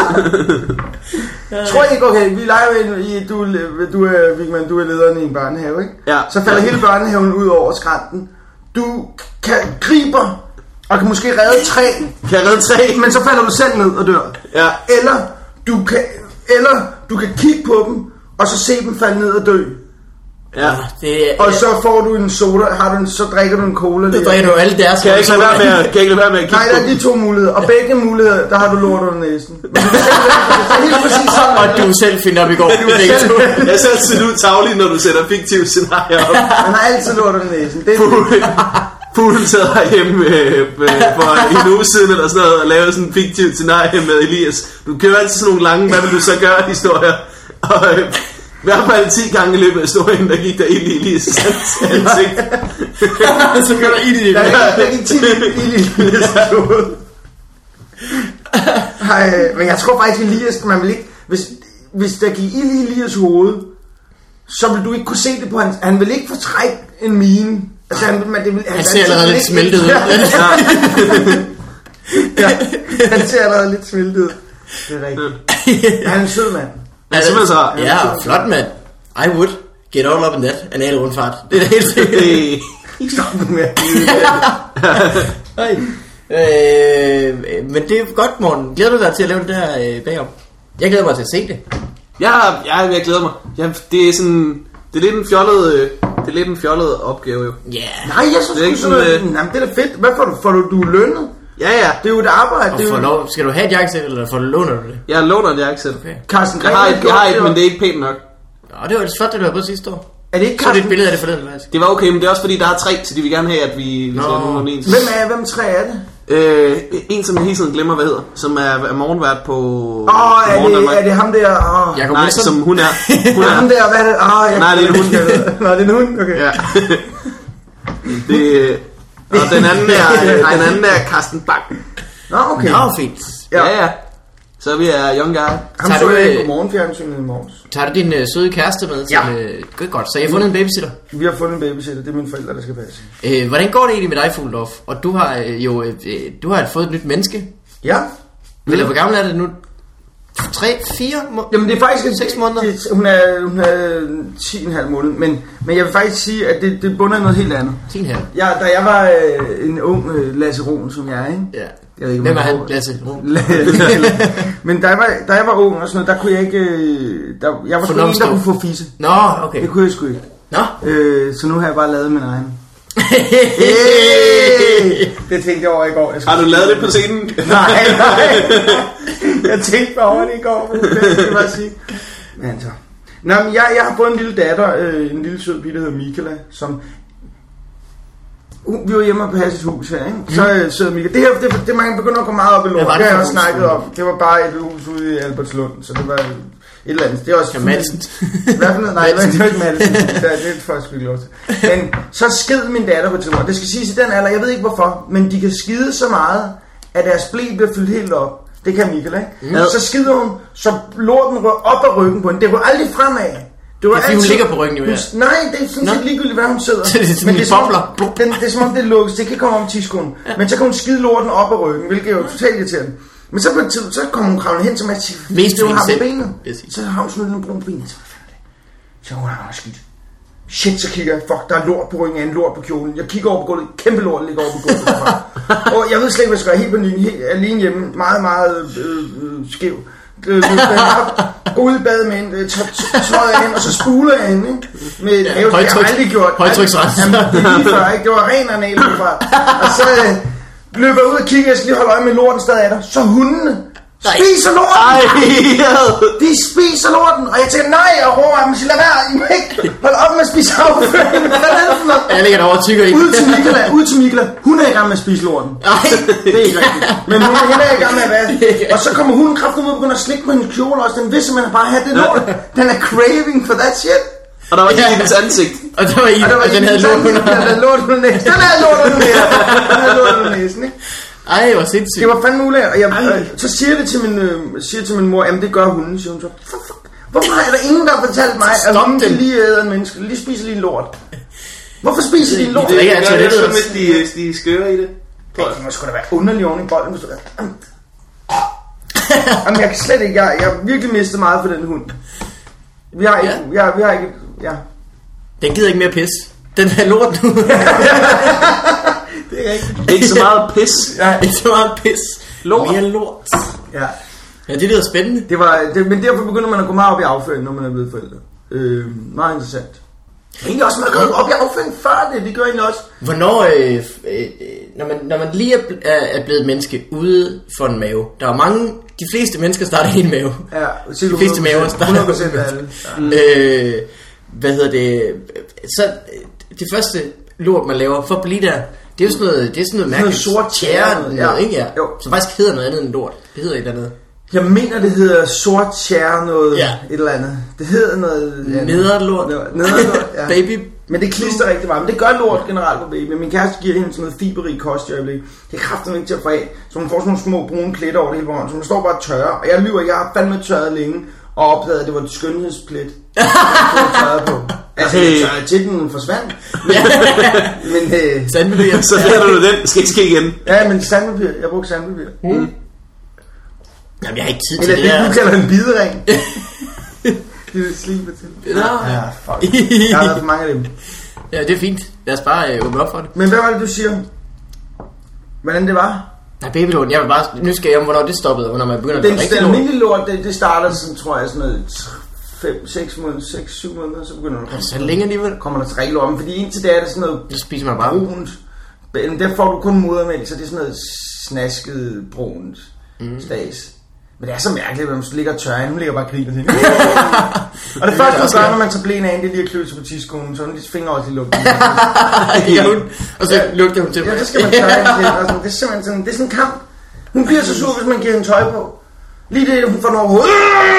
Tror I ikke, okay, vi leger jo i, du, du, er, Vigman, du er lederen i en børnehave, ikke? Ja. Så falder hele børnehaven ud over skrænten. Du kan griber og kan måske redde tre, Kan jeg redde tre? men så falder du selv ned og dør. Ja. Eller du kan, eller du kan kigge på dem, og så se dem falde ned og dø. Ja. det er, Og så får du en soda, har du en, så drikker du en cola. det der. drikker du alle deres. Kan jeg ikke lade være med at, kan jeg ikke lade være med at kigge Nej, der på? er de to muligheder. Og begge muligheder, der har du lort under næsen. Men du kan selv vælge. Det er helt præcis sådan. Og du selv finder op i går. Du er begge to. Jeg ser altid ud tavligt, når du sætter fiktive scenarier op. Man har altid lort under næsen. Det er Fuglen sad herhjemme øh, øh, for en uge siden eller sådan noget, og lavede sådan en fiktiv scenarie med Elias. Du kører altid sådan nogle lange, hvad vil du så gøre, historier. Og øh, i hvert fald ti gange i løbet af historien, der gik der ild i Elias' ansigt. Så gør der ild i det. Der gik ti ild i Elias' hoved. Men jeg tror faktisk, Elias, man vil ikke... Hvis, hvis der gik ild i Elias' hoved, så vil du ikke kunne se det på hans... Han vil ikke fortrække en mine. Altså, han, men det vil, han, han ser allerede lidt smeltet ud. Ja, han ser allerede lidt smeltet ud. Det er rigtigt. Han er en sød mand. Ja, det er så. Ja, flot mand. I would get all up in that. Anal rundfart. Det er det helt sikkert. Stop nu med. øh, men det er godt, Morten. Glæder du dig til at lave det der øh, bagom? Jeg glæder mig til at se det. Ja, ja, jeg glæder mig. Ja, det er sådan... Det er lidt en fjollet... Øh, det er lidt en fjollet opgave, jo. Ja. Yeah. Nej, jeg synes det er sådan noget... Øh... Jamen, det er da fedt. Hvad får du? Får du, du lønnet? Ja, ja. Det er jo et arbejde. Og det er for jo... lov, skal du have et jakkesæt, eller for låner du det? Jeg låner et jakkesæt. Okay. Carsten Gren, jeg har et, jeg har et men det er ikke pænt nok. Nå, det var lidt flot, det du havde på sidste år. Er det ikke så er det et billede af det forleden, faktisk. Det var okay, men det er også fordi, der er tre, så de vil gerne have, at vi... vi Nå. en. Hvem er hvem tre er det? Øh, en, som jeg hele tiden glemmer, hvad hedder. Som er, er morgenvært på... Åh, oh, er, det, er det ham der? Oh. Jacob Nej, Wilson. Som hun er. Hun er ham der, hvad er det? Åh, oh, Nej, det er en hund. Nå, det er en hund, okay. Ja. det, og den anden er, den anden er Carsten Bang. Nå, okay. Nå, fint. Ja, ja. Så vi er young guy. Ham så jeg på morgenfjernsynet i morges. Tager du din uh, søde kæreste med til... Ja. Uh, godt, så jeg har fundet en babysitter. Vi har fundet en babysitter, det er mine forældre, der skal passe. Uh, hvordan går det egentlig med dig, Fuglendorf? Og du har uh, jo uh, du har fået et nyt menneske. Ja. Eller hvor gammel er det nu? tre, fire må- Jamen det er faktisk seks måneder. Det, hun er hun er ti og en halv måned, men men jeg vil faktisk sige at det det bunder i noget helt andet. ti og en halv. Ja, da jeg var øh, en ung øh, Lasse Rohn som jeg er, ikke? Ja. Jeg ved ikke, hvem er han? var. Lasse Rohn. Men da jeg var da jeg var ung og sådan noget, der kunne jeg ikke øh, der jeg var sgu en der kunne få fisse. Nå, okay. Det kunne jeg sgu ikke. Nå. Øh, så nu har jeg bare lavet min egen. Hey! Det tænkte jeg over i går. Har du lavet det på scenen? Nej, nej. Jeg tænkte bare over det i går. Det skal jeg bare sige. Men så. Nå, men jeg, jeg har fået en lille datter, øh, en lille sød pige, der hedder Michaela, som... Uh, vi var hjemme på Hasses hus her, ikke? Så øh, sød Michaela. Det her, det, det, det man begynder at gå meget op i lort. Det, det har jeg også snakket om. Det var bare et hus ude i Albertslund, så det var et eller andet. Det er også... Madsen. Hvad for noget? Nej, det var ikke Madsen. Det er det faktisk ikke lov til. Men så skid min datter på et tidspunkt. Det skal siges i den alder, jeg ved ikke hvorfor, men de kan skide så meget, at deres blæ bliver fyldt helt op. Det kan Michael, ikke? Mm. Så skider hun, så lorten rører op ad ryggen på hende. Det går aldrig fremad. Det var ja, altid, hun ligger på ryggen jo, ja. Nej, det er sådan set ligegyldigt, hvad hun sidder. det er men det er, som, den, det er som om det lukkes. Det kan komme om tidskolen. Ja. Men så kan hun skide lorten op ad ryggen, hvilket er jo totalt irriterende. Men så, på tid, så kommer hun kravlende hen til mig og siger, mest du har på benet. Yes. Så har hun sådan en brun ben. Så så hun har skidt. Shit, så kigger jeg, fuck, der er lort på ryggen af en lort på kjolen. Jeg kigger over på gulvet, kæmpe lort ligger over på gulvet. Og jeg ved slet ikke, hvad jeg skal gøre, helt på linje, helt alene hjemme, meget, meget øh, øh, skæv. Øh, gå ud i badet med hende, tøjer jeg hende, og så spuler jeg hende, ikke? Med et hæve, det har jeg aldrig gjort. Højtryksrens. Jamen, det er lige før, ikke? Det var ren anal fra. Og så øh, løber jeg ud og kigger, jeg skal lige holde øje med lorten stadig er der. Så hundene spiser lorten! Ej, de spiser lorten! Og jeg tænker, nej, og råber af dem, siger, lad være, I må ikke holde op med at spise afføring. Hvad er det for noget? Jeg ligger derovre og tykker i. Ud til Michaela, ud til Michaela. Hun er i gang med at spise lorten. Nej. Det er ikke rigtigt. Men hun er, hende er i gang med at være. Og så kommer hunden kraftigt ud og begynder at slikke på hendes kjole også. Den vil simpelthen bare have det lort. Den er craving for that shit. Og der var ikke i hendes ansigt. Og der var i, og, og den havde lort under. Den havde lort under næsen. Den havde lort under næsen. Den havde lort under næsen, ikke? Ej, hvor sindssygt. Det var fandme ulært, og jeg, øh, så siger det til min, øh, siger til min mor, jamen det gør hunden, siger hun så. Hvorfor er der ingen, der har fortalt mig, at hunden kan lige æde en menneske, lige spiser lige en lort? Hvorfor spiser de en lort? Det er ikke det, hvis de, de skører i det. Ja, det må sgu da være underlig oven i bolden, hvis du er. Jamen jeg kan slet ikke, jeg, jeg har virkelig mistet meget for den hund. Vi har ikke, ja. vi har ikke, ja. Den gider ikke mere pis. Den er lort nu. Det er rigtigt. Ikke så meget pis. Ja, ikke så meget pis. Lort. Mere lort. Ja. Ja, det lyder spændende. Det var, det, men derfor begynder man at gå meget op i afføring, når man er blevet forældre. Øh, meget interessant. Egentlig også, man er gået op i afføring før det, det gør egentlig også. Hvornår, øh, øh, når, man, når man lige er, er blevet et menneske ude for en mave. Der er mange, de fleste mennesker starter i en mave. Ja, de fleste maver starter hundrede procent af alle. Ja. Øh, hvad hedder det? Så det første lort, man laver for at blive der, Det er jo sådan noget, det er sådan noget mærkeligt. Sort tjære noget, ja. ikke ja? Jo. Som faktisk hedder noget andet end lort. Det hedder ikke andet. Jeg mener, det hedder sort tjære noget, ja. et eller andet. Det hedder noget... Nederlort. Nederlort, ja. Baby. Men det klister rigtig meget. Men det gør lort generelt på baby. Men min kæreste giver hende sådan noget fiberrig kost i øjeblikket. Det er kraftigt ikke til at få af. Så hun får sådan nogle små brune pletter over det hele hånden. Så hun står bare og tørrer. Og jeg lyver, jeg har fandme tørret længe. Og opdagede, at det var et skønhedsplet. På. Altså, jeg tørrede til, den forsvandt. Men, øh, sandpapir. Så finder du den. Skal ikke ske igen. Ja, men sandpapir. Jeg brugte sandpapir. Mm. Jamen, jeg har ikke tid til Eller det, det der. du kalder en bidering. Det er sleeper til. Nå. Ja, fuck. Jeg har været for mange af dem. Ja, det er fint. Lad os bare øh, åbne op for det. Men hvad var det, du siger? Hvordan det var? Nej, babylort, jeg vil bare nysgerrig om, hvornår det stoppede, og når man begynder at Den få rigtig almindelige lort, det, det starter sådan, tror jeg, sådan noget fem seks måneder, seks syv måneder, så begynder der så længe alligevel. kommer der til rigtig lort. Fordi indtil det er det sådan noget så spiser man bare brunt. Men der får du kun modermælk, så det er sådan noget snasket brunt mm. stas. Men det er så mærkeligt, at man ligger og tørrer. Hun ligger bare og griner til. Og det første, du gør, når man tager blæen af, det er lige at kløse på tidskolen, så hun lige fingre også lige lugter. Ja, hun, og så lugter hun til mig. Ja, så skal man tørre hende til. Og sådan. Det er simpelthen sådan, det er sådan en kamp. Hun bliver så sur, hvis man giver hende tøj på. Lige det, hun får den over hovedet.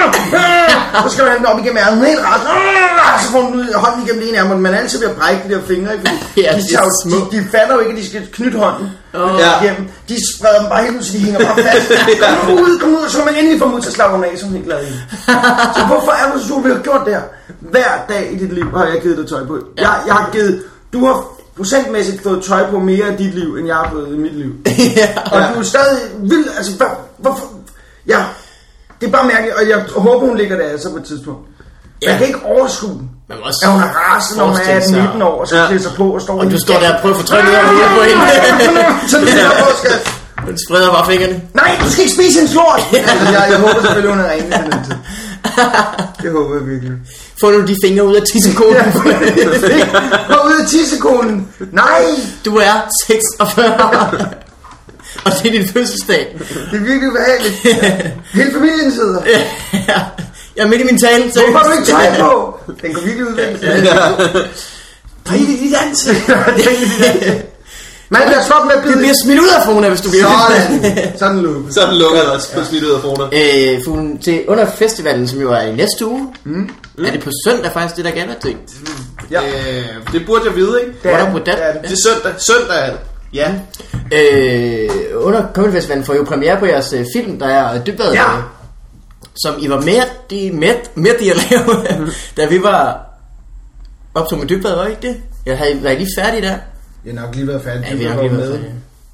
Så skal man have den op igennem ærmen. Hun er helt ret. Så får hun hånden igennem det ene ærmen. Man er altid ved at brække de der fingre. Fordi ja, de, tager, de, de fatter jo ikke, at de skal knytte hånden. Oh. Igennem. De spreder dem bare helt ud, så de hænger bare fast. Kom ud, kom ud. Og så kan man endelig få dem ud til at slappe dem af, så hun er helt glad i. Så hvorfor er du så sur, vi har gjort det her? Hver dag i dit liv har jeg givet dig tøj på. Jeg, jeg har givet... Du har procentmæssigt fået tøj på mere af dit liv, end jeg har fået i mit liv. Ja. Og du er stadig vild. Altså, hvor, hvorfor... Ja... Det er bare mærkeligt, og jeg håber, hun ligger der altså på et tidspunkt. Man ja. kan ikke overskue, også at hun er rasende, når man er atten nitten år, og så ja. klæder sig på og står... Og du står der og prøver at få trykket over hovedet på hende. Så det er på, skal... Hun spreder bare fingrene. Nej, du skal ikke spise hendes lort! Altså, jeg, jeg håber selvfølgelig, hun er ren i den tid. Det håber jeg virkelig. Få nu de fingre ud af tissekonen. Gå ud af tissekonen! Nej! Du er seksogfyrre. Og det er din fødselsdag. Det er virkelig ubehageligt. Hele familien sidder. Ja, jeg er midt i min tale. Hvorfor har du ikke tøj på? Den kan virkelig udvikle sig. Drik i dit ansigt. Man bliver slået med at bide. Det bliver smidt ud af Fona, hvis du bliver. Sådan. Sådan lukker. Sådan lukker jeg også på smidt ud af Fona. Øh, Fona, til under festivalen, som jo er i næste uge. Mm. Er det på søndag faktisk, det der gerne er tænkt? Ja. Øh, det burde jeg vide, ikke? Det er, det, det, er det. det er søndag. Søndag er det. Ja. Øh, under Comedy Festivalen får I jo premiere på jeres øh, film, der er Dybvad, ja. som I var med de med, med de at lave, da vi var optog med Dybvad, var I ikke det? Jeg havde været lige færdig der. Jeg har nok lige været færdig. Ja, vi har nok lige været færdig.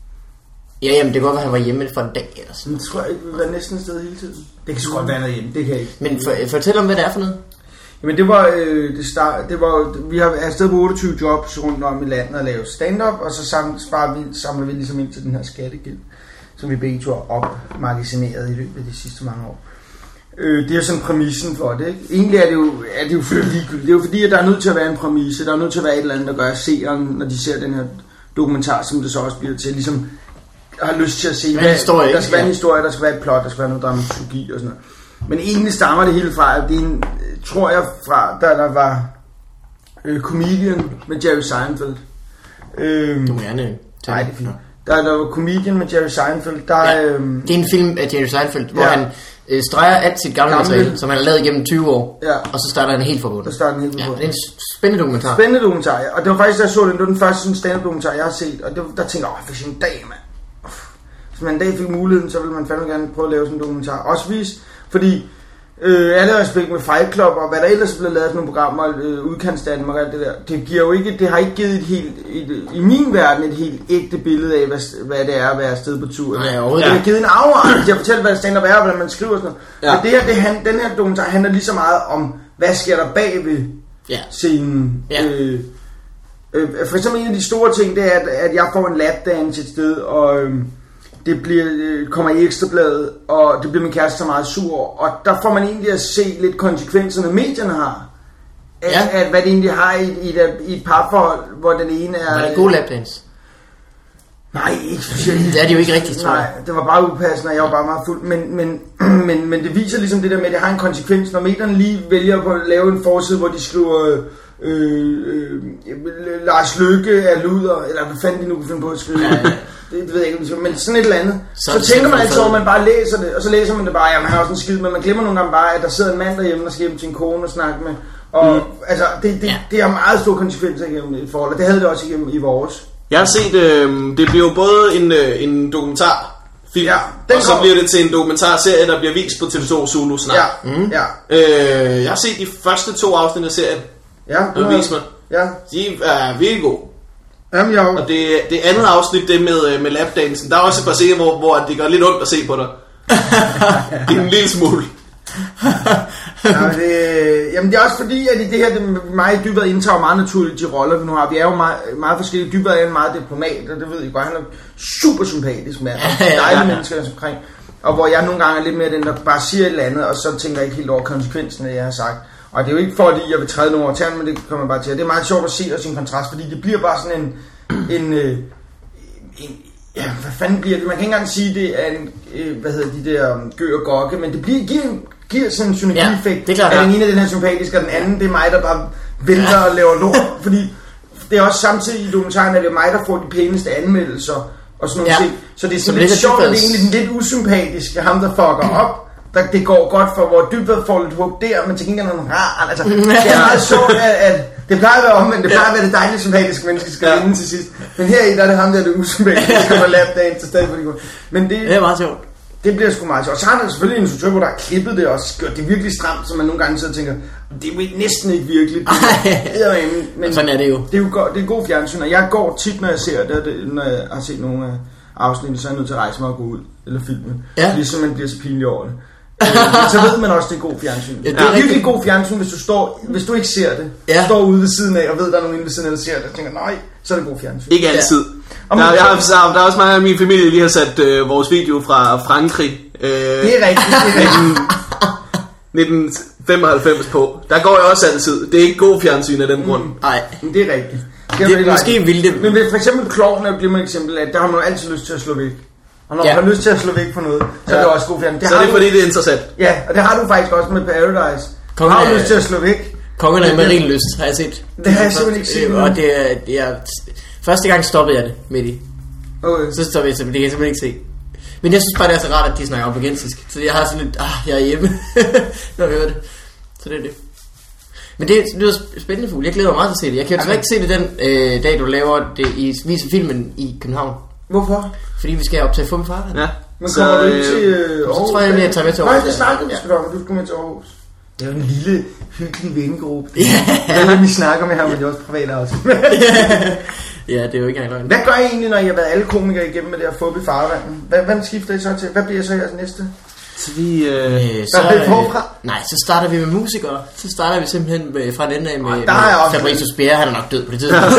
Ja, jamen det går, at han var hjemme for en dag eller sådan. Men tror jeg ikke, vi var næsten afsted hele tiden. Det kan sgu godt være noget hjemme, det kan jeg ikke. Men for, fortæl om, hvad det er for noget. Jamen det var, øh, det start, det var, vi har afsted på otteogtyve jobs rundt om i landet og lavet stand-up, og så samler, vi, samler vi ligesom ind til den her skattegæld, som vi begge to har opmagasineret i løbet af de sidste mange år. Øh, det er jo sådan præmissen for det, ikke? Egentlig er det jo, er det jo ligegyldigt. Det er jo fordi, at der er nødt til at være en præmisse, der er nødt til at være et eller andet, der gør seeren, når de ser den her dokumentar, som det så også bliver til, ligesom har lyst til at se, hvad, historie, der skal være en historie, der skal være et plot, der skal være noget dramaturgi og sådan noget. Men egentlig stammer det hele fra, at det er en, tror jeg, fra da der var øh, Comedian med Jerry Seinfeld. Øh, du må gerne tage. Nej, det er fint. Der, der var Comedian med Jerry Seinfeld. Der, ja, øh, det er en film af Jerry Seinfeld, hvor ja. han øh, streger alt sit gamle materiale, som han har lavet igennem tyve år. Ja. Og så starter han helt forbundet. Så starter han helt forbundet. Ja, det er en spændende dokumentar. Spændende dokumentar, ja. Og det var faktisk, da jeg så den, det var den første sådan stand-up dokumentar, jeg har set. Og det, der tænkte jeg, åh, hvis en dag, mand. Hvis man en dag fik muligheden, så ville man fandme gerne prøve at lave sådan en dokumentar. Også vise, fordi øh, alle respekt med Fight Club og hvad der ellers blev lavet sådan nogle programmer, øh, udkantsdanmark og alt det der, det giver jo ikke, det har ikke givet et helt, et, i min verden et helt ægte billede af, hvad, hvad det er at være afsted på tur. Nej, det har givet en afart, jeg fortæller, hvad stand-up er, hvordan man skriver og sådan noget. Ja. Men det her, det, han, den her dokumentar handler lige så meget om, hvad sker der bag ved ja. scenen. Ja. Øh, øh, for eksempel en af de store ting, det er, at, at jeg får en lapdance et sted, og øh, det bliver, kommer i Ekstrabladet, og det bliver min kæreste så meget sur, og der får man egentlig at se lidt konsekvenserne, medierne har, at, ja. at hvad det egentlig har i, i, et, i et parforhold, hvor den ene er... Var det god lapdance? Nej, ikke specielt. Det er de jo ikke rigtigt, tror jeg. Nej, det var bare upassende, og jeg var bare meget fuld. Men, men, men, men det viser ligesom det der med, at det har en konsekvens. Når medierne lige vælger på at lave en forside, hvor de skriver... Øh, øh, Lars Løkke er luder, eller hvad fanden de nu kan finde på at skrive. Ja, ja. Det, det ved jeg ikke, men sådan et eller andet. Så, så tænker man altid, at man bare læser det, og så læser man det bare, ja, man har også en skid, men man glemmer nogle gange bare, at der sidder en mand derhjemme, der skal hjem til en kone og snakke med. Og mm. altså, det, det, ja. det har meget store konsekvenser igennem et forhold, og det havde det også igennem i vores. Jeg har set, øh, det bliver jo både en, øh, en dokumentar, film, ja, og så kom. bliver det til en dokumentarserie, der bliver vist på T V to Zulu snart. Ja, mm. ja. Øh, jeg har set de første to afsnit af serien. Ja, du har vist mig. Ja. De er virkelig gode. Jamen, jeg... Og det, det andet afsnit, det med, med lapdansen, der er også et par scener, hvor, hvor det gør lidt ondt at se på dig. En lille smule. Ja, det, jamen det er også fordi, at i det her, det, mig Dybvad indtager meget naturligt de roller, vi nu har. Vi er jo meget, meget forskellige. Dybvad er en meget diplomat, og det ved I godt. Han er super sympatisk mand, og dejlige mennesker omkring. Og hvor jeg nogle gange er lidt mere den, der bare siger et eller andet, og så tænker jeg ikke helt over konsekvensen af det, jeg har sagt. Og det er jo ikke fordi, jeg vil træde nogen over tæren, men det kommer bare til. Og det er meget sjovt at se os i en kontrast, fordi det bliver bare sådan en... en, en, en ja, hvad fanden bliver det? Man kan ikke engang sige, det er en... Hvad hedder de der um, Gø og Gokke, men det bliver, giver, giver sådan en synergieffekt. Ja, at den ene af den her sympatiske, og den anden, det er mig, der bare vælter ja. og laver lort. Fordi det er også samtidig i dokumentaren, at det er mig, der får de pæneste anmeldelser og sådan nogle ja. ting. Så det er sådan lidt sjovt, at det er egentlig den lidt usympatiske, ham der fucker op. Der, det går godt for, hvor Dybvad får lidt hug der, men til gengæld er nogle rar. Altså, det er meget sjovt, at, at det plejer at være omvendt. Det plejer at være det dejlige, sympatiske menneske, skal ja. vinde til sidst. Men her i der er det ham, der er det usympatiske, der kommer lapdagen til stedet for det gode. Men det, det er meget sjovt. Det bliver sgu meget sjovt. Og så har der selvfølgelig en instruktør, hvor der har klippet det og gjort det virkelig stramt, så man nogle gange sidder og tænker, det er næsten ikke virkeligt. Men sådan er det jo. Det er jo god, det er god fjernsyn, og jeg går tit, når jeg ser det, når jeg har set nogle af afsnitene, så er jeg nødt til at rejse mig og gå ud, eller filme. Ja. Ligesom man bliver så pinlig over det. Så ved man også, det er god fjernsyn. Ja, det er ja. virkelig god fjernsyn, hvis du står, hvis du ikke ser det. Ja. Du står ude ved siden af, og ved, der er nogen inde ved siden af, der ser det, og tænker, nej, så er det god fjernsyn. Ikke altid. Ja. Der, jeg har, der er også mange af min familie, lige har sat øh, vores video fra Frankrig. Øh, det er rigtigt, det er rigtigt. nitten femoghalvfems på. Der går jeg også altid. Det er ikke god fjernsyn af den grund. Nej, mm, det er rigtigt. Det, det er måske vildt. Men for eksempel Klovn bliver man et eksempel af, der har man altid lyst til at slå væk. Og når ja. man har lyst til at slå væk på noget, så ja. er det også god fjernsyn. Så er det fordi, det er interessant. Ja, og det har du faktisk også med Paradise. Kongen har du lyst til at slå væk. Kongen af Marienlyst, har jeg set. Det har jeg simpelthen ikke set. Og det er, det er... Første gang stoppede jeg det midt i. Okay. Så stoppede jeg det, det kan jeg simpelthen ikke se. Men jeg synes bare, det er så rart, at de snakker obligensisk. Så jeg har sådan lidt, ah, jeg er hjemme, når jeg hører det. Så det er det. Men det lyder spændende, fugl. Jeg glæder mig meget til at se det. Jeg kan jo okay. ikke se det den øh, dag, du laver det i viser filmen i København. Hvorfor? Fordi vi skal optage Fum Farvand. Ja. Men kommer du ikke til øh, Aarhus? Så tror jeg, at jeg tager med til Aarhus. Nej, det snakker vi skal du skal med til Aarhus. Det er jo en lille, hyggelig vengruppe. Ja. Det er vi snakker med her, men det er også privat også. Ja, det er jo ikke engang løgn. Hvad gør I egentlig, når I har været alle komikere igennem med det her Fup i Farvandet? Hvad, hvad skifter I så til? Hvad bliver så jeres næste? Så vi... Øh, øh, så, hvad er det forfra? Nej, så starter vi med musikere. Så starter vi simpelthen med, fra den ende af med, med Fabricius Bjerre. Han er nok død på det tidspunkt.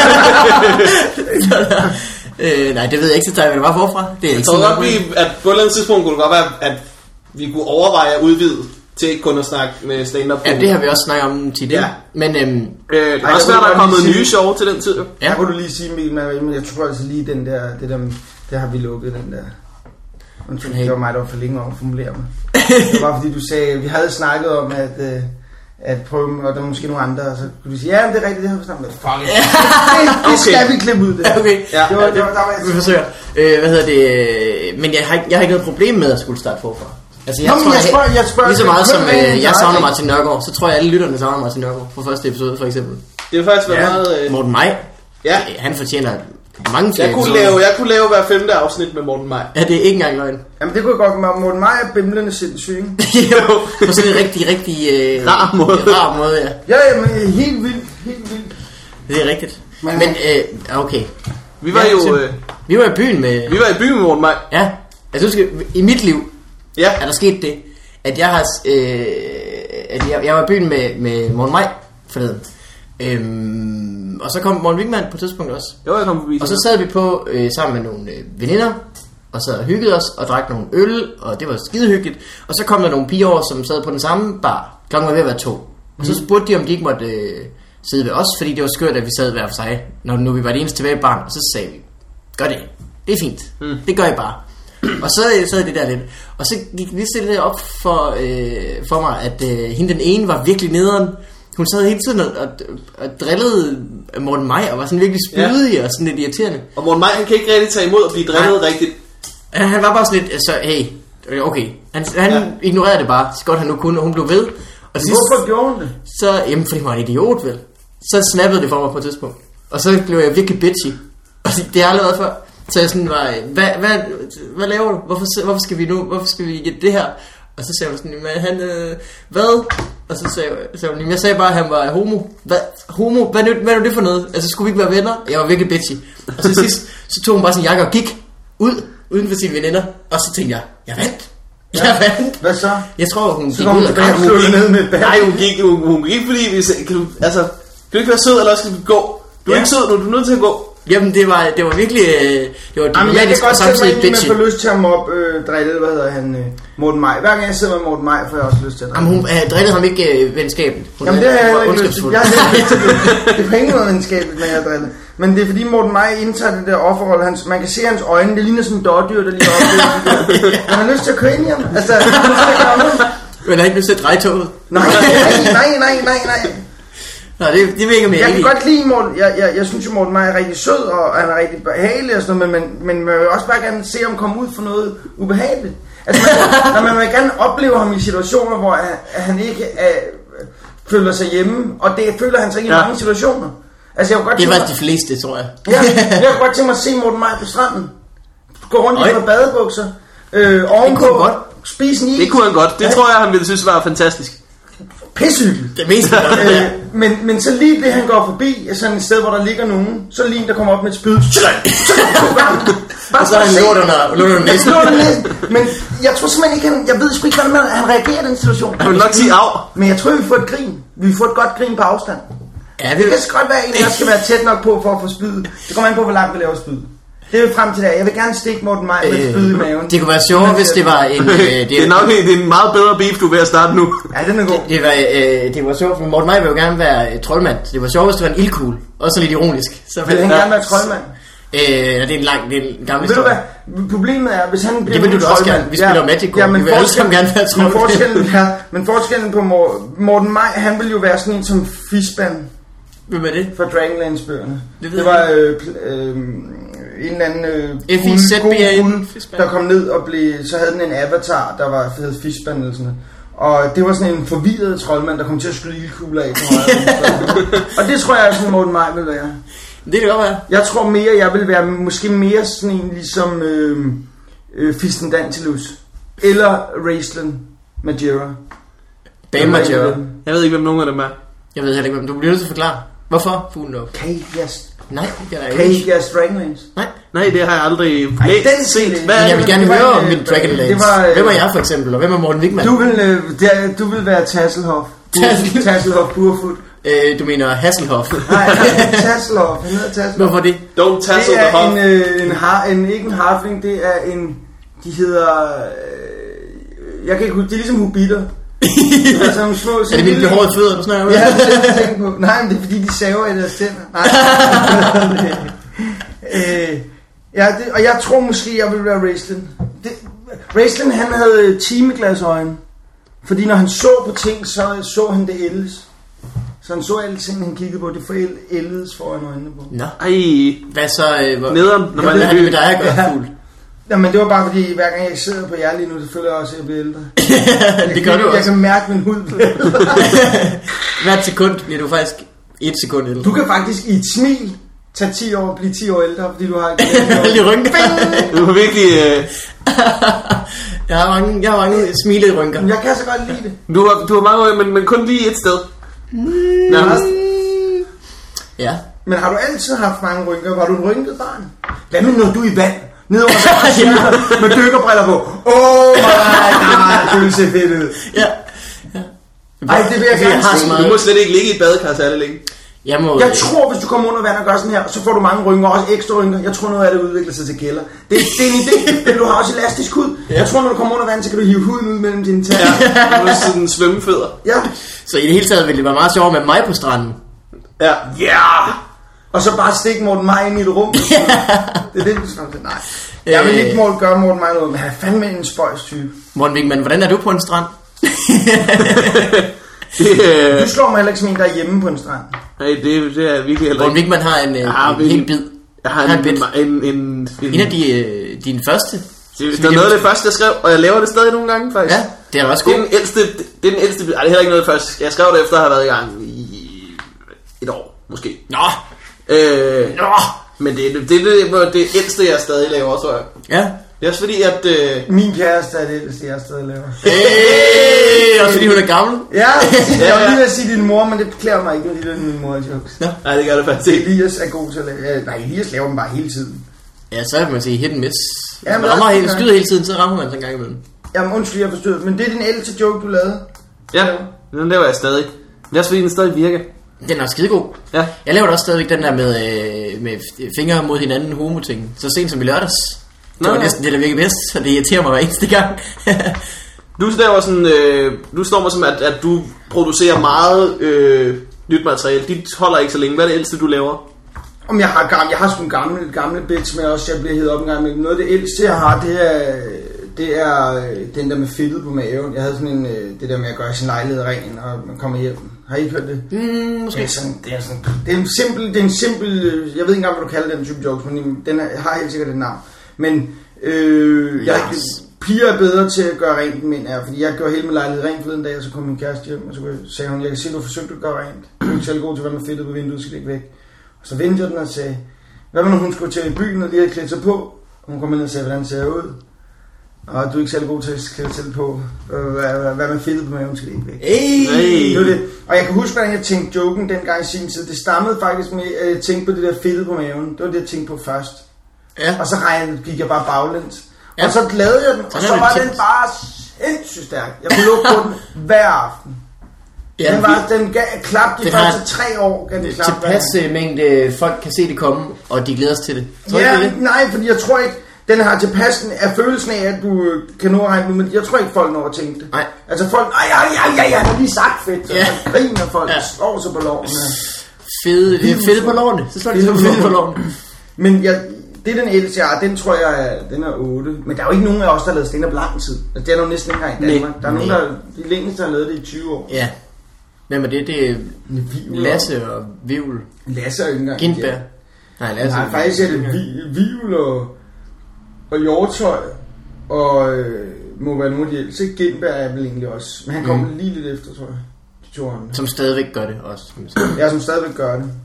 øh, nej, det ved jeg ikke, så tager vi det bare forfra. Det er ikke så godt, vi, at på et eller andet tidspunkt kunne det godt være, at vi kunne overveje at udvide til ikke kun at snakke med stand-up. Ja, det har vi også snakket om tit. Ja. Men øhm, øh, det er også svært, der er kommet nye show til den tid. Ja. Der kunne du lige sige, Mikkel, men jeg tror altså lige den der, det der, det har vi lukket, den der. Undskyld, det var mig, der var for længe om at formulere mig. Det var bare fordi, du sagde, vi havde snakket om, at, øh, at prøve, og der var måske nogle andre, og så kunne du sige, ja, men det er rigtigt, det har vi snakket med. Fuck it. Det, det skal vi klippe ud, det. Okay, ja, det var, det var, der var, vi forsøger. Øh, hvad hedder det? Men jeg har, jeg har ikke noget problem med at skulle starte forfra. Altså, jeg Nå, tror, jeg spørger, jeg spørger, lige så meget som øh, jeg savner Martin Nørgaard, så tror jeg, alle lytterne savner Martin Nørgaard på første episode, for eksempel. Det har faktisk været ja. meget... Øh... Morten Maj. Ja. Han fortjener mange flere jeg kunne, lave, jeg kunne lave hver femte afsnit med Morten Maj. Ja, det er ikke engang løgn. Jamen, det kunne jeg godt med. Morten Maj er bimlende sindssyg, ikke? Jo, på sådan en rigtig, rigtig... Øh, rar måde. Rar måde, ja. Ja, jamen, helt vildt, helt vildt. Det er rigtigt. Men, Men øh, okay. Vi var ja, jo... Øh, vi var i byen med... Vi var i byen med Morten Maj. Ja. Altså, skal, i mit liv ja. er der sket det, at jeg har... Øh, at jeg, jeg var i byen med, med Morten Maj forleden. Øhm, og så kom Morten Wigman på et tidspunkt også. Jo, jeg kom forbi. Og så sad vi på øh, sammen med nogle øh, veninder, og sad og hyggede os, og drak nogle øl, og det var skide hyggeligt. Og så kom der nogle piger over, som sad på den samme bar. Klokken var ved at være to. Og så spurgte de, om de ikke måtte øh, sidde ved os, fordi det var skørt, at vi sad hver for sig, når nu vi var det eneste tilbage barn. Og så sagde vi, gør det. Det er fint. Mm. Det gør I bare. Og så sad det der lidt. Og så gik lige stille op for, øh, for mig, at øh, hende den ene var virkelig nederen. Hun sad hele tiden og, og, og drillede Morten Maj og var sådan virkelig spydig ja. Og sådan lidt irriterende. Og Morten Maj, han kan ikke rigtig tage imod at blive drillet ja. rigtigt. Han, han var bare sådan lidt, så hey, okay. Han, han ja. ignorerede det bare, så godt han nu kunne, og hun blev ved. Og sidst, hvorfor gjorde hun det? Så, jamen fordi hun var en idiot vel. Så snappede det for mig på et tidspunkt. Og så blev jeg virkelig bitchy. Og det har jeg aldrig været før. Så jeg sådan var, hvad, hvad, hvad laver du? Hvorfor, hvorfor skal vi nu, hvorfor skal vi get det her? Og så sagde hun sådan, men han, øh, hvad? Og så sagde, sagde hun, jeg sagde bare, at han var homo. Hvad? Homo? Hvad, hvad er det for noget? Altså, skulle vi ikke være venner? Jeg var virkelig bitchy. Og så sidst, så tog hun bare sin jakke og gik ud, uden for sine veninder. Og så tænkte jeg, jeg vandt. Ja. Jeg vandt. Hvad så? Jeg tror, hun så gik ud af kampen. Hun gik ned med bag. Nej, hun gik, hun, hun gik fordi, hvis, kan du, altså, kan du ikke være sød, eller skal du gå? Du er ja. ikke sød, nu er du nødt til at gå. Jamen det var det var virkelig øh, det var dramatisk og samtidig bitchy. Jeg får lyst til at mobbe øh, drille, hvad hedder han, øh, Morten Maj. Hver gang jeg sidder med Morten Maj, får jeg også lyst til at drille. Jamen hun øh, drillede ham ikke øh, venskabeligt. Jamen det har jeg heller ikke lyst til. Jeg har ikke lyst til det. Det er på ingen måde venskabeligt, når jeg driller. Men det er fordi Morten Maj indtager det der offerrolle. Hans, man kan se hans øjne, det ligner sådan en dårdyr, der lige oplever. Jeg har lyst til at køre ind i ham. Altså, men har ikke lyst til at dreje toget? Nej, nej, nej, nej, nej. Nå, det, det virker mere. Jeg kan godt lide Morten. Jeg, jeg, jeg synes jo Morten Maj er rigtig sød, og han er rigtig behagelig og sådan noget, men, men, men man vil også bare gerne se ham komme ud for noget ubehageligt. Altså, man, når man vil gerne opleve ham i situationer, hvor at, at han ikke er, føler sig hjemme, og det føler han sig ikke i ja. mange situationer. Altså, jeg kunne godt det var mig, de fleste, tror jeg. Ja, jeg kunne godt tænke mig at se Morten Maj på stranden. Gå rundt i et badebukser, øh, ovenpå, spise en is. Det kunne han godt. Det tror jeg, han ville synes var fantastisk. Pissehyggeligt. Det meste øh, men, men så lige det han går forbi sådan et sted hvor der ligger nogen, så lige der kommer op med et spyd. Og så er han lort under næsten. Men jeg tror simpelthen ikke han, jeg ved sgu ikke hvordan han reagerer i den situation. Han vil nok sige af. Men jeg tror vi får et grin. Vi får et godt grin på afstand. Ja, det, det kan godt være en der skal være tæt nok på for at få spydet. Det kommer an på hvor langt vi laver spyd. Det er jo frem til det. Jeg vil gerne stikke Morten Maj med et spyd i maven. Det kunne være sjovt, hvis det var en... Øh, det, det er nok det er en meget bedre beef, du er ved at starte nu. Ja, den er god. Det, det, var, øh, det var sjovt, for Morten Maj vil jo gerne være troldmand. Det var sjovt, hvis det var en ildkugle. Også lidt ironisk. Så vil han ja. gerne være troldmand? Øh, det er en lang, det er en gammel historie. Ved du hvad? Problemet er, hvis han bliver det vil du også gerne. Vi spiller ja, Magic. Ja, men vi vil alle sammen gerne være troldmand. Men forskellen, ja, men forskellen på Morten Maj, han vil jo være sådan en som Fishban. Hvem er det? For Dragonlance-bøgerne. Det, det var øh, øh, en eller anden øh, guld, der kom ned og blev, så havde den en avatar, der var hed Fishban eller sådan noget. Og det var sådan en forvirret troldmand, der kom til at skyde ildkugler af på højre. Og det tror jeg, at sådan Morten Maj vil være. Det kan godt være. Jeg tror mere, jeg vil være måske mere sådan en ligesom øh, øh, Fistendantilus. Eller Raistlin Majera. Bam Majera. Jeg ved ikke, hvem nogen af dem er. Jeg ved heller ikke, hvem du bliver nødt til at forklare. Hvorfor? Fuglen op. K-Gas. Nej, det er der ikke. K-Gas Dragonlance. Nej. Nej, det har jeg aldrig læst. set. Men jeg vil gerne høre om min Dragonlance. Hvem er jeg for eksempel, og hvem er Morten Wigman? Du vil, øh, der, du vil være Tasselhoff. Tasselhoff Burfoot. Øh, du mener Hasselhoff? Nej, Tasselhoff. Han hedder Tasselhoff. Hvorfor det? Don't tassel the hoff. Det er en, øh, en, har, en, ikke en harfling, det er en, de hedder, øh, jeg kan ikke huske, det er ligesom hobitter. Det er, sådan små, er det vildt behårede fødder, du snakker om? Ja, det er det, på. Nej, men det er fordi, de saver i deres tænder. Nej. øh, ja, det, og jeg tror måske, jeg vil være Raistlin. Raistlin, han havde timeglasøjne. Fordi når han så på ting, så så han det ældes. Så han så alle ting, han kiggede på, det forældes foran øjnene på. Nå. Ej. Hvad så? Øh, hvor... Nederen, når man er med dig at gøre fugl. Jamen det var bare fordi, hver gang jeg sidder på jer lige nu, så føler jeg også, at jeg bliver ældre. Det gør du også. Jeg kan mærke min hud på hvert sekund bliver du faktisk et sekund ældre. Du kan faktisk i et smil tage ti år og blive ti år ældre, fordi du har ikke alle rynker. Du har virkelig... Øh... jeg har mange, jeg har mange smilede rynker. Jeg kan så godt lide det. Du har, du har mange år, men, men kun lige et sted. Mm. Ja. Men har du altid haft mange rynker? Var du en rynket barn? Hvad med når du er i vand? Nedover der med dykkerbriller på. Oh my god, det vil se fedt ud. Ja. Ja. Ej, det vil jeg gerne se. Du må slet ikke ligge i et badekar særlig længe. Jeg, må, jeg tror, hvis du kommer under vand og gør sådan her, så får du mange rynker, også ekstra rynker. Jeg tror, noget af det udvikler sig til gælder. Det, det er en idé, men du har også elastisk hud. Ja. Jeg tror, når du kommer under vand, så kan du hive huden ud mellem dine tæer. Ja, du har sådan svømmefødder. Ja. Så i det hele taget ville det være meget sjovt med mig på stranden. Ja. Ja. Og så bare stikke Morten Maj ind i et rum. Det er det, du skal nej. Jeg vil ikke måle, gøre Morten Maj noget, men han er fandme en spøjstype. Morten Wigman, hvordan er du på en strand? det, du slår mig heller ikke som en, der er hjemme på en strand. Nej, det, det er virkelig heller Morten Wigman har en, har en hel bid. Jeg har en, en, en, en, en, en af de, øh, dine første. Det, det er noget af det første, jeg skrev, og jeg laver det stadig nogle gange, faktisk. Ja, det er også godt. Det er den ældste, det er den ældste, ej, det er heller ikke noget først. Jeg skrev det efter at have været i gang i et år, måske. Nå! Øh, Nå! Men det er det, det, det, det ældste, jeg stadig laver, tror jeg. Ja. Det er også fordi, at... Øh... Min kæreste er det ældste, jeg stadig laver. Hey, også fordi hun er gammel. Ja, jeg var lige ved at sige din mor, men det klæder mig ikke, når det er min mor jokes. Ja. Nej, det gør det faktisk ikke. Elias er god til at lave. Nej, Elias laver dem bare hele tiden. Ja, så kan man sige hit and miss. Ja, man rammer hele, skyder hele tiden, så rammer man så en gang imellem. Jamen undskyld, jeg forstod. Men det er den ældste joke, du lavede. Ja, den laver jeg stadig. Det er også fordi, den stadig virker. Den er skidegod. Ja. Jeg laver da også stadigvæk den der med, øh, med fingre mod hinanden homo-ting. Så sent som i lørdags. Det var næsten det, der virkede bedst, så det irriterer mig hver eneste gang. Du laver sådan, øh, du står mig som, at, at du producerer meget øh, nyt materiale. Dit holder ikke så længe. Hvad er det ældste, du laver? Om jeg har gamle, jeg har sådan gamle, gamle bits med også, jeg bliver heddet op en gang med. Noget af det ældste, jeg har, det er, det er den der med fedtet på maven. Jeg havde sådan en, det der med at gøre sin lejlighed ren, og man kommer hjem. Har I ikke hørt det? Mm, måske. Det er, sådan, det, er sådan, det er en simpel, det er en simpel, jeg ved ikke engang, hvad du kalder den type jokes, men den er, har helt sikkert et navn. Men øh, jeg, yes. piger er bedre til at gøre rent end mænd er, fordi jeg gjorde hele min lejlighed rent forleden dag, og så kom min kæreste hjem, og så sagde hun, jeg kan se, du har forsøgt at gøre rent. Du er ikke særlig god til at være med fedtet på vinduet, så skal det ikke væk. Og så vendte jeg den og sagde, hvad med når hun skulle til byen og lige havde klædt sig på? Og hun kom ind og sagde, hvordan ser jeg ud? Og du er ikke særlig god til at klæde sig på. Hvad, hvad med fedtet på maven, skal det ikke væk. Hey. Det det. Og jeg kan huske, hvordan jeg tænkte joken dengang i sin tid. Det stammede faktisk med, at jeg tænkte på det der fedtet på maven. Det var det, jeg tænkte på først. Ja. Og så regnede, gik jeg bare baglæns. Ja. Og så lavede jeg den, og så var den bare sindssygt stærk. Jeg kunne lukke på den hver aften. Ja, den, var, den gav klap de første tre år. Gav den klap tilpas mængde folk kan se det komme, og de glæder sig til det. Tror ja, det? Nej, fordi jeg tror ikke, den har tilpas af følelsen af, at du kan nå at regne, men jeg tror ikke, folk når at tænke det. Nej. Altså folk, ej, ej, ej, ej, jeg har lige sagt fedt, så ja. Griner folk, ja. Slår sig på loven. Fede, fede på lovene, så slår de så fede på lovene. Men jeg, det er den ældste, jeg har, den tror jeg, er, den er otte. Men der er jo ikke nogen af os, der har lavet stand-up lang tid. Altså, det er jo næsten ikke engang i Danmark. Der er nogen, der de længste har lavet det i tyve år. Ja. Hvem er det? Det er Lasse og Vivl. Lasse er jo ikke engang. Gindberg. Nej, Lasse. Nej, faktisk er det Vivl og, og Hjortøj og øh, må være nogle af de ældste. Gindberg er vel egentlig også. Men han kommer mm. lige lidt efter, tror jeg. De to andre. Som stadigvæk gør det også. Ja, som stadigvæk gør det.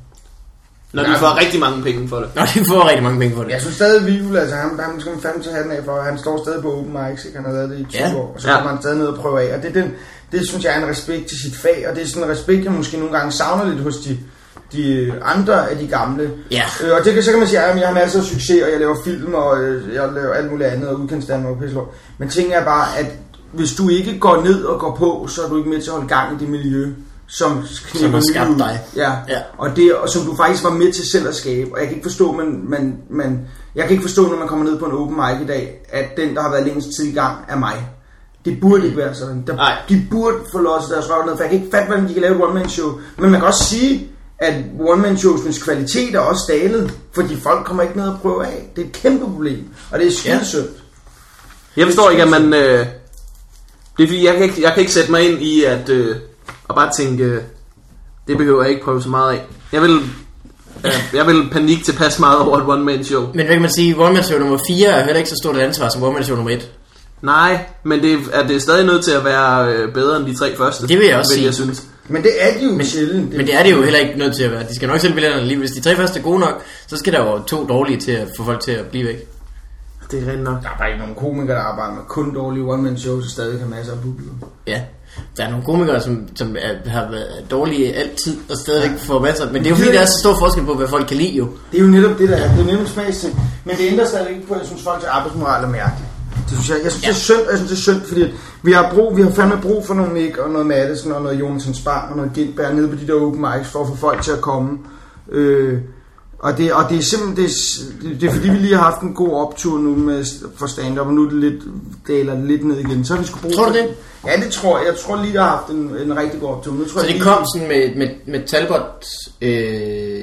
Når de får rigtig mange penge for det. Når de får rigtig mange penge for det. Jeg synes stadig Vivl, altså han, han skal man fandme til hatten af for. Han står stadig på open mics, ikke? Han har lavet det i tyve ja. år. Og så ja. kommer han stadig ned og prøve af. Og det, den, det synes jeg er en respekt til sit fag. Og det er sådan en respekt, jeg måske nogle gange savner lidt hos de, de andre af de gamle. Ja. Øh, og det, så kan man sige, at jeg har masser af succes, og jeg laver film, og øh, jeg laver alt muligt andet, og udkendsdanmer og pisselår. Men ting er bare, at hvis du ikke går ned og går på, så er du ikke med til at holde gang i det miljø, som, som har skabt dig. Ja. ja. Og det, og som du faktisk var med til selv at skabe. Og jeg kan ikke forstå, man, man, man, jeg kan ikke forstå, når man kommer ned på en open mic i dag, at den, der har været længst tid i gang, er mig. Det burde ikke være sådan. Der, de burde få losset deres røv ned, for jeg kan ikke fatte, hvordan de kan lave et one-man-show. Men man kan også sige, at one-man-showsens kvalitet er også dalet, fordi folk kommer ikke ned og prøve af. Det er et kæmpe problem, og det er skidesødt. Ja. Jeg forstår ikke, at man... Øh, det er fordi, jeg kan ikke, jeg kan ikke sætte mig ind i, at... Øh, og bare tænke, øh, det behøver jeg ikke prøve så meget af. Jeg vil... Øh, jeg vil panik tilpas meget over et one-man-show. Men hvad kan man sige, one-man-show nummer fire er heller ikke så stort et ansvar som one-man-show nummer et. Nej, men det er, det er stadig nødt til at være øh, bedre end de tre første. Det vil jeg også sige. Jeg synes. Men det er de jo men, sjældent. Men det er det jo heller ikke nødt til at være. De skal nok selv billetterne lige. Hvis de tre første er gode nok, så skal der jo to dårlige til at få folk til at blive væk. Det er rent nok. Der er bare ikke nogen komikere, der arbejder med kun dårlige one-man-shows, og stadig har masser af publikum. Ja, der er nogle komikere, som, som er, har været dårlige altid, og stadigvæk ja. får masser. Men det er jo fordi, der er så stor forskel på, hvad folk kan lide jo. Det er jo netop det, der er. Det er jo netop smagsting. Men det ændrer stadig ikke på, at jeg synes, folk til arbejdsmoral er mærkeligt. Det synes jeg. Jeg synes, ja. det er synd, jeg synes, det er synd, fordi vi har brug, vi har fandme brug for noget Nick, og noget Madsen, og noget Jonathan Spang, og noget Gindberg nede på de der open mics, for at få folk til at komme. Øh, og, det, og det er simpelthen, det er, det er fordi, vi lige har haft en god optur nu med, for stand-up, og nu er det lidt, daler det lidt ned igen. Så har vi sgu brug tror du det? Ja, det tror jeg. Jeg tror lige, der har haft en, en rigtig god optur. Nu tror så jeg, det kom sådan med, med, med Talbot... Øh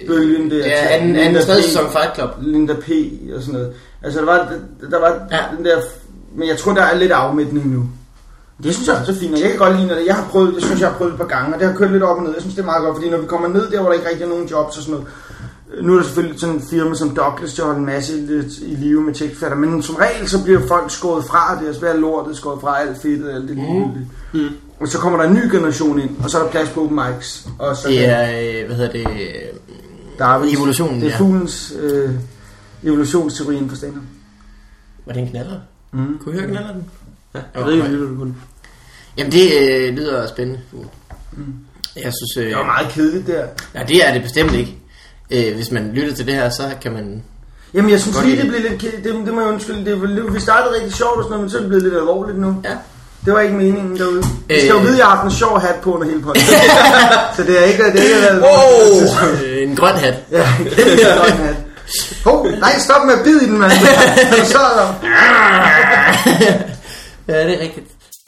bølgen der. Ja, anden, anden tredje sæson Fight Club. Linda P. og sådan noget. Altså, der var, der var ja. den der... Men jeg tror, der er lidt afmætning nu. Det synes jeg også er fint, jeg kan godt lide det. Jeg har prøvet, jeg synes, jeg har prøvet det et par gange, og det har kørt lidt op og ned. Jeg synes, det er meget godt, fordi når vi kommer ned der, hvor der ikke rigtig er nogen jobs og sådan noget. Nu er der selvfølgelig sådan en firma som Douglas, der holder en masse i, i live med tekstfatter, men som regel så bliver folk skåret fra det, og så bliver lortet skåret fra alt fedtet, alt det ligegyldigt. Mm. Mm. Og så kommer der en ny generation ind, og så er der plads på open mics. Og så det er, hvad hedder det, Darwins, evolutionen, det er fuglens øh, evolutionsteori inden for stand-up. Var det en knaller? Mm. Kunne I høre knalleren? Ja, jeg ved ikke, hvad du kunne. Jamen det øh, lyder spændende. Mm. Jeg synes, øh, det var meget kedeligt der. Ja, det er det bestemt ikke. Øh, hvis man lytter til det her, så kan man... Jamen jeg synes lige, det blev lidt kedeligt. Det, det må jeg undskylde. Det, det, vi startede rigtig sjovt og sådan noget, men så er det blevet lidt alvorligt nu. Ja. Det var ikke meningen derude. Jeg skal jo vide, at jeg har haft en sjov hat på under hele podcasten. Så det er ikke... Det er ikke været wow. En grøn hat. Ja, en grøn hat. Hov, nej, stop med at bide i den, mand. Så er der... Ja, det er rigtigt.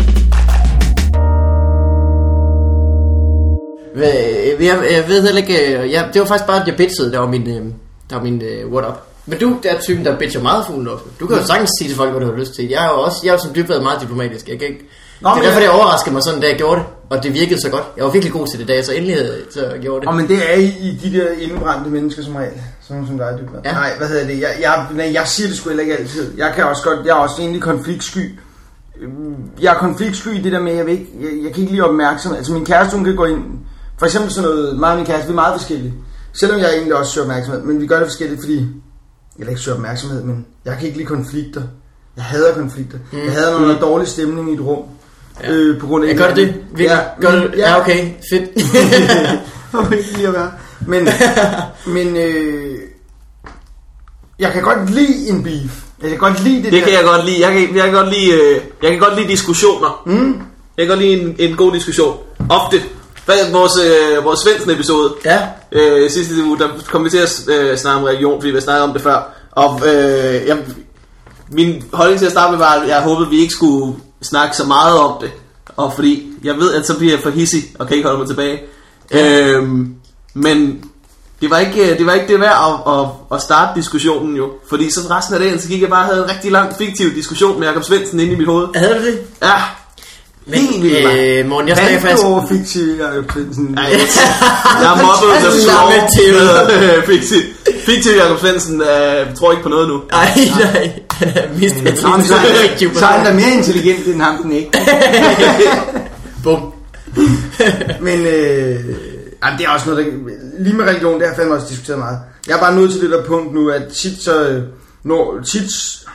Jeg, jeg ved heller ikke... Jeg, det var faktisk bare, at jeg bitchede, der var min, der var min uh, what up. Men du, der er typen, der bitcher meget fuglen op. Du kan jo sagtens sige til folk, hvad du har lyst til. Jeg er jo også, jeg er jo som dybt været meget diplomatisk. Jeg kan ikke... Nå, det er derfor, det overraskede mig sådan, da jeg gjorde det. Og det virkede så godt. Jeg var virkelig god til det, da jeg så endelig havde så gjorde det. Åh, men det er i, i de der indbrændte mennesker som regel. Sådan som dig, dybt. Ja. Nej, hvad hedder det? Jeg, jeg, nej, jeg siger det sgu heller ikke altid. Jeg kan også godt... Jeg er også egentlig konfliktsky. Jeg er konfliktsky i det der med, jeg, ved ikke, jeg, jeg kan ikke lide opmærksomhed. Altså min kæreste, hun kan gå ind... For eksempel sådan noget, mig og min kæreste, vi er meget forskellige. Selvom jeg egentlig også søger opmærksomhed, men vi gør det forskelligt, fordi... Jeg ikke søger opmærksomhed, men jeg kan ikke lide konflikter. Jeg hader konflikter. Mm. Jeg hader, når der er dårlig stemning i et rum. Ja. Øh, på grund af... Jeg gør det det? Ja, gør det, ja. Ja, okay. Fedt. Det var ikke lige at være. Men, men øh, jeg kan godt lide en beef. Jeg kan godt lide det, det der. Det kan jeg godt lide. Jeg kan, jeg kan godt lide, øh, jeg kan godt lide diskussioner. Mm. Jeg kan godt lide en, en god diskussion. Ofte. Vores, øh, vores Svendsen episode ja. øh, sidste uge, der kom vi til at øh, snakke om religion, fordi vi har snakket om det før. Og øh, jeg, min holdning til at starte med var, at jeg håbede, at vi ikke skulle snakke så meget om det. Og fordi jeg ved, at så bliver jeg for hissig og kan ikke holde mig tilbage. Ja. Øhm, men det var ikke det var ikke det værd at, at, at starte diskussionen jo. Fordi så resten af dagen, så gik jeg bare og havde en rigtig lang fiktiv diskussion med Jakob Svendsen inde i mit hoved. Havde du det? Ja. Men, øh, morgen, jeg snakker faktisk... Hvad er det fiktiv, Jakob Svendsen? Jeg er mobbet med slår. Fiktiv. Fiktiv Jakob Svendsen, jeg tror ikke på noget nu. Nej, nej. Så er han da mere intelligent end ham, den ikke. Bum. Men øh, jamen, det er også noget, der... Lige med religion, det har jeg fandme også diskuteret meget. Jeg er bare nået til det der punkt nu, at tit så... Når, tit,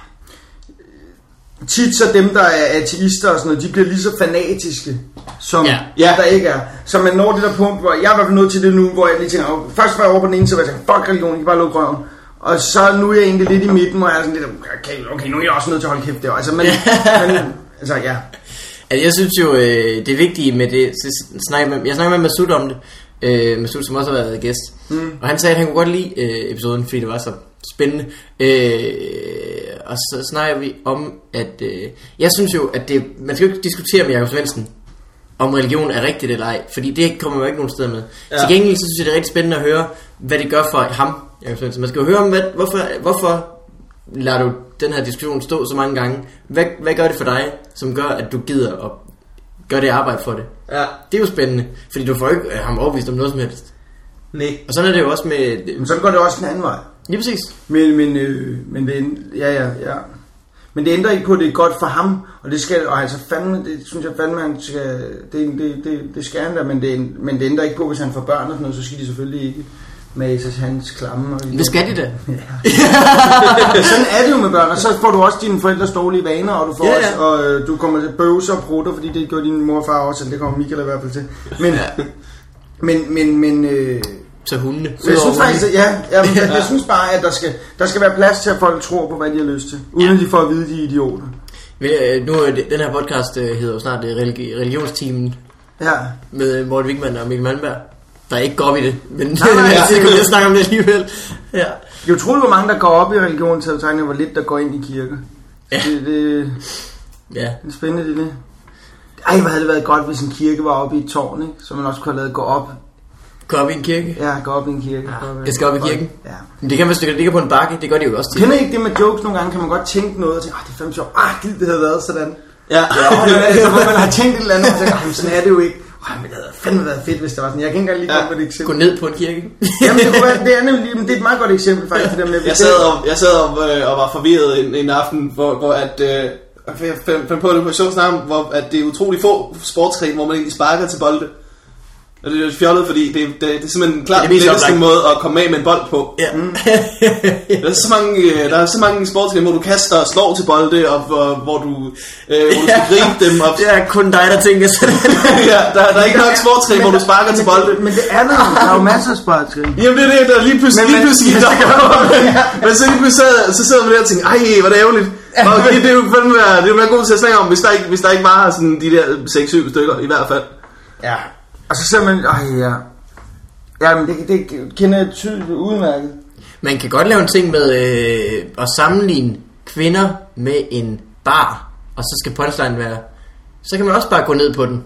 tit så dem, der er ateister og sådan noget, de bliver lige så fanatiske, som ja. Ja. Der ikke er. Så man når det der punkt, hvor jeg er i hvert fald nået til det nu, hvor jeg lige tænker, først var jeg over på den ene side, hvor jeg tænker, fuck religion, I kan bare lukke røven. Og så nu er jeg egentlig lidt i midten, hvor jeg er sådan lidt, okay, okay nu er jeg også nødt til at holde kæft der. Altså, men, men altså, ja. Altså, jeg synes jo, øh, det vigtige med det, så snakker med, jeg snakker med Masud om det, øh, Masud, som også har været gæst, mm. og han sagde, at han kunne godt lide øh, episoden, fordi det var så spændende. Øh, og så snakker vi om, at øh, jeg synes jo, at det, man skal jo ikke diskutere med Jakob Svendsen, om religion er rigtigt eller ej, fordi det kommer man jo ikke nogen steder med. Ja. Til gengæld så synes jeg, det er rigtig spændende at høre, hvad det gør for ham, Jakob Svendsen. Man skal jo høre om, hvad, hvorfor, hvorfor lader du den her diskussion stå så mange gange. Hvad, hvad gør det for dig, som gør, at du gider at gøre det arbejde for det? Ja. Det er jo spændende, fordi du får ikke øh, ham overbevist om noget som helst. Nej. Og sådan er det jo også med... Men sådan går det også den anden vej. Lige præcis. Men, men, øh, men det, ja, ja, ja. Men det ændrer ikke på, at det er godt for ham, og det skal, og altså fandme, det synes jeg fandme, han skal, det, det, det, det skal han da, men det, men det ændrer ikke på, hvis han får børn og sådan noget, så skal de selvfølgelig ikke mases hans klamme. Og det skal de da. Ja. Sådan er det jo med børn, og så får du også dine forældres dårlige vaner, og du får ja, ja. også, og øh, du kommer til bøvse og prutter, fordi det gjorde din mor og far også, og det kommer Michael i hvert fald til. Men, ja. men, men, men, øh, så hundene. Så jeg synes faktisk, ja, jeg, jeg, jeg synes bare, at der skal, der skal være plads til, at folk tror på, hvad de har lyst til, uden ja. de får at vide, de er idioter. Nu, den her podcast hedder jo snart religi- religionsteamen. Ja. Med Morten Wigman og Mikkel Malmberg. Der er ikke går op i det, men nej, nej, jeg skal lige snakke om det alligevel. Ja. Det er utroligt, hvor mange der går op i religion, til at tegne, hvor lidt der går ind i kirke. Ja. Det, det, ja. det er spændende, det det. Ej, hvor havde det været godt, hvis en kirke var oppe i et tårn, ikke? Så man også kunne have lavet gå op Gå op i en kirke? Ja, gå op i en kirke. Ja, jeg skal op i kirken? Ja. Men det kan man stykke ligger på en bakke, det gør de jo også til. Kender I ikke det med jokes? Nogle gange kan man godt tænke noget og tænke, ah, det er fandme sjovt. Ah, giv, det havde været sådan. Ja. Ja, hvor man har tænkt et eller andet, og tænker, ah, sådan er det jo ikke. Ah, men det havde fandme været fedt, hvis det var sådan. Jeg kan ikke engang lige komme ja. på det eksempel. Gå ned på en kirke. Jamen, det, kunne være, det, er nemlig, men det er et meget godt eksempel faktisk. Ja. Det der med, jeg sad, og, jeg sad og, øh, og var forvirret en, en aften, hvor, hvor at... Øh, jeg fandt på det på sjovt snart, hvor at det er utrolig få sportsgrene, hvor man egentlig sparker til bolde. Og det er fjollet, fordi det, det, det er simpelthen en klart letteste måde at komme af med en bold på. Ja. Mm. der, er så mange, der er så mange sportsgrene, hvor du kaster og slår til bolde, og hvor, hvor du, øh, hvor du skal gribe dem. Og... Det er kun dig, der tænker sådan. ja, der, der er ikke nok sportsgrene, hvor du sparker men, til bolde. Men det er der, der er jo masser af sportsgrene. Jamen det er det, der lige pludselig, lige pludselig gik op. Men så lige pludselig så sidder man der og tænker, ej, hvor er det ærgerligt. Og det, det er jo fandme være, det er jo være god til at snakke om, hvis der ikke, hvis der ikke var sådan de der seks syv stykker i hvert fald. Ja. Og så ser man, ej ja. Ja, men det, det kender jeg tydeligt udmærket. Man kan godt lave en ting med øh, at sammenligne kvinder med en bar, og så skal punchline være, så kan man også bare gå ned på den.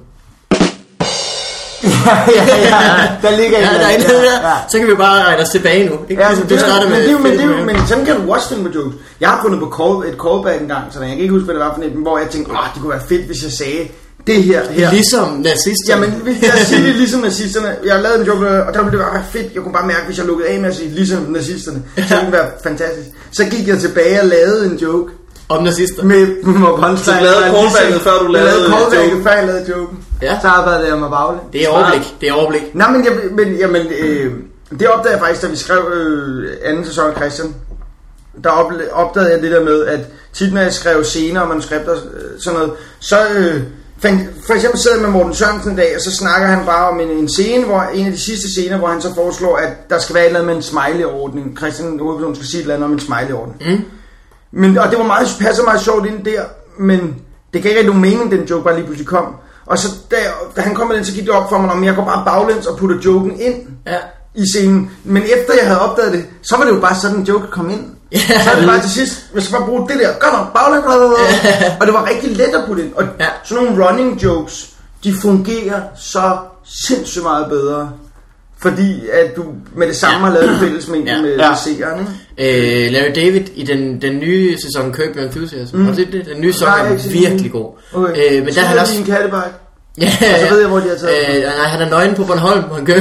ja, ja, ja, der ligger ja, en der er en ja, ja. Så kan vi bare regne os tilbage nu. Ikke? Ja, Ligesom, det, du men, med det, men, det, men, det, men sådan kan du også finde på jokes. Jeg har fundet på call, et callback en gang, så jeg kan ikke huske, hvad det var for et, hvor jeg tænkte, åh, det kunne være fedt, hvis jeg sagde det her, her. Ligesom nazisterne. Jamen, jeg siger det ligesom nazisterne. Jeg har lavet en joke, og der ville det være fedt. Jeg kunne bare mærke, hvis jeg lukkede af med at sige ligesom nazisterne, så ville det være fantastisk. Så gik jeg tilbage og lavede en joke. Om nazister? Med, med punchline. Så du lavede callbacket, før du lavede joken? Jeg lavede callbacket, før jeg lavede joken. Ja. Så arbejdede jeg mig baglæns. Det er overblik. Det er overblik. Nej, men, jeg, men jamen, øh, det opdagede jeg faktisk, da vi skrev øh, anden sæson af Christian. Der opdagede jeg det der med, at tit når jeg skrev scener og manuskripter og sådan noget, så... Øh, For eksempel sidder jeg med Morten Sørensen en dag, og så snakker han bare om en, en scene, hvor en af de sidste scener, hvor han så foreslår, at der skal være et eller andet med en smiley-ordning. Christian hovedpersonen skal sige et eller andet om en smiley-ordning. Mm. Men, og det var meget, passer meget sjovt ind der, men det gav ikke nogen mening, den joke bare lige pludselig kom. Og så da, da han kom med den, så gik det op for mig, om jeg går bare baglæns og putter joken ind ja. i scenen. Men efter jeg havde opdaget det, så var det jo bare sådan, en joke kom ind. Yeah. Så er det bare til sidst, jeg skal bare bruge det der, gør nok, baglæns, og det var rigtig let at putte ind. Og ja. sådan nogle running jokes, de fungerer så sindssygt meget bedre. Fordi at du med det samme ja. har lavet en fællesmængde ja. med ja. seeren. Øh, Larry David i den, den nye sæson Curb Your Enthusiasm. Mm. Og det, det, den nye sæson er virkelig god. Okay. Øh, men så der er også en kattebak. Ja, og så ved jeg hvor de har taget. Øh, nej, han er nøgen på Bornholm, hvor han kører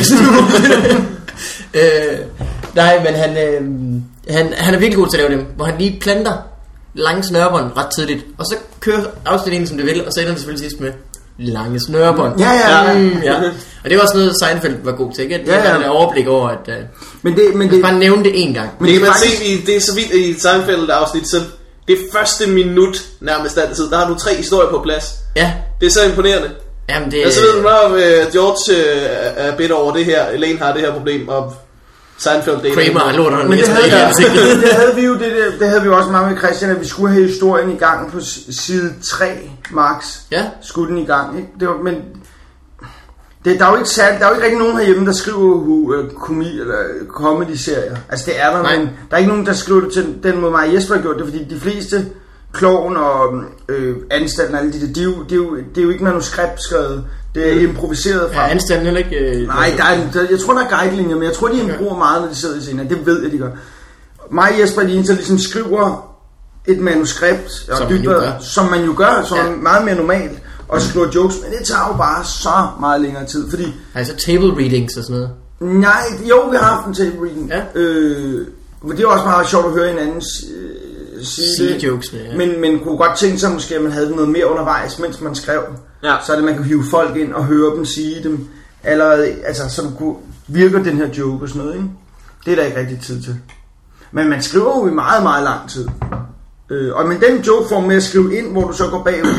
øh, nej, men han, øh, han han er virkelig god til at lave dem, hvor han lige planter lange snørebånd ret tidligt, og så kører afstillingen som det vil, og så ender det selvfølgelig sidst med lange snørebånd. Ja, ja, ja. Mm, ja. Og det var også noget Seinfeld var god til, ikke? Det ja, ja. var et overblik over at uh, men det, men det, bare nævne det en gang. Men det kan man faktisk se i det er så vidt i Seinfeld afsnit, så det første minut nærmest altid, der har du tre historier på plads. Ja. Det er så imponerende. Jamen det. Og så ved du når uh, George uh, er bitter over det her, Elaine har det her problem, og Seinfeld det Kramer har lort under men det havde, det, det havde vi jo det, det, det havde vi jo også meget med Christian, at vi skulle have historien i gang på side tre max. Ja. Skulle den i gang, ikke? Det var, men det, der er jo ikke særlig, der er jo ikke rigtig nogen herhjemme, der skriver uh, komi eller comedy-serier. Altså det er der, Nej. men der er ikke nogen, der skriver det til den måde, mig og Jesper har gjort det, fordi de fleste Kloven og øh, Anstalten og alle de der, det er, jo, det, er jo, det er jo ikke manuskript skrevet. Det er improviseret fra. Ja, Anstalten heller ikke. Øh, Nej, der er, der, jeg tror der er guidelinjer, men jeg tror de bruger okay. meget, når de sidder i scenen. Det ved jeg, de gør. Mig og Jesper er de eneste, der ligesom skriver et manuskript, og som, dybere, man som man jo gør, som ja. er meget mere normalt, og skriver jokes, men det tager jo bare så meget længere tid, fordi... Har I så table readings og sådan noget? Nej, jo, vi har haft en table reading. Ja. Øh, men det er også meget sjovt at høre en anden øh, sige, sige det. Jokes med, ja. men, men kunne godt tænke sig måske, at man havde noget mere undervejs, mens man skrev. Ja. Så at man kunne hive folk ind og høre dem sige dem, allerede, altså så du kunne virke den her joke og sådan noget, ikke? Det er der ikke rigtig tid til. Men man skriver jo i meget, meget lang tid. Øh, og men den jokeform med at skrive ind, hvor du så går bagud,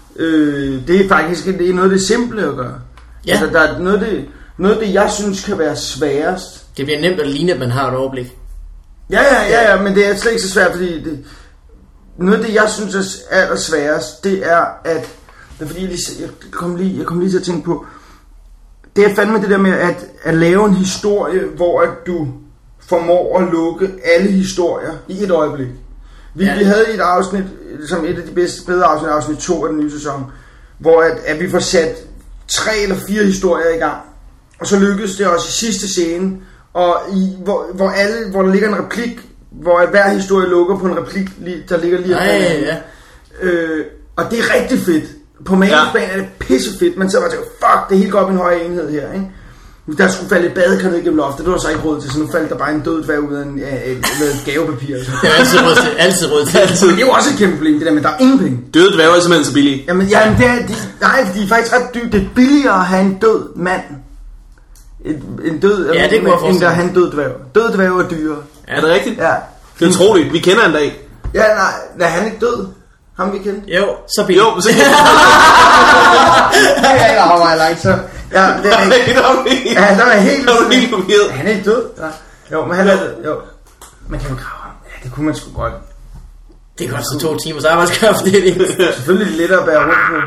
øh, det er faktisk det er noget af det simple at gøre. Ja. Altså, der er noget af det, noget af det, jeg synes kan være sværest. Det bliver nemt at ligne, at man har et overblik. Ja, ja, ja, ja, men det er slet ikke så svært, fordi det, noget af det, jeg synes er allersværest, det er, at det er fordi, jeg, jeg, kom lige, jeg kom lige til at tænke på, det er fandme det der med at, at lave en historie, hvor at du formår at lukke alle historier i et øjeblik. Vi, ja. vi havde et afsnit, som et af de bedste bedre afsnit, afsnit to af den nye sæson, hvor at, at vi får sat tre eller fire historier i gang, Og så lykkedes det også i sidste scene, og i, hvor, hvor, alle, hvor der ligger en replik, hvor hver historie lukker på en replik, der ligger lige ja, ja, ja. Øh, og det er rigtig fedt. På manusbanen ja. er det pisse fedt. Man sidder bare og tænker, fuck, det hele går op i en høj enhed her, ikke? Der skulle falde et badekar ned gennem loftet, det var så ikke råd til, så nu faldt der bare en død dværg ud af en, af, med et gavepapir. Det er altid råd til, altid råd til. Altid. Det er jo også et kæmpe problem, det der med, der er ingen penge. Døde dværg er simpelthen så billige. Jamen, jamen det er, de, nej, de er faktisk ret dyrt. Det er billigere at have en død mand, et, en død, ja, det mand, end at have en død dværg. Død dværg er dyrere. Ja, er det rigtigt? Ja. Det er utroligt, vi kender en dag. Ja, nej, er han ikke død? Ham vi kendte? Jo, så billigt. Jo, så ja, ja, ja, ja, like, så... Ja, det er ikke... Ja, der er helt... forvirret. Han er ikke død. Ja. Jo, men han er død. Jo. Man kan jo grave ham. Ja, det kunne man sgu godt. Det kan også to timers arbejdskraft, det er det. Selvfølgelig lidt lettere at bære rundt på.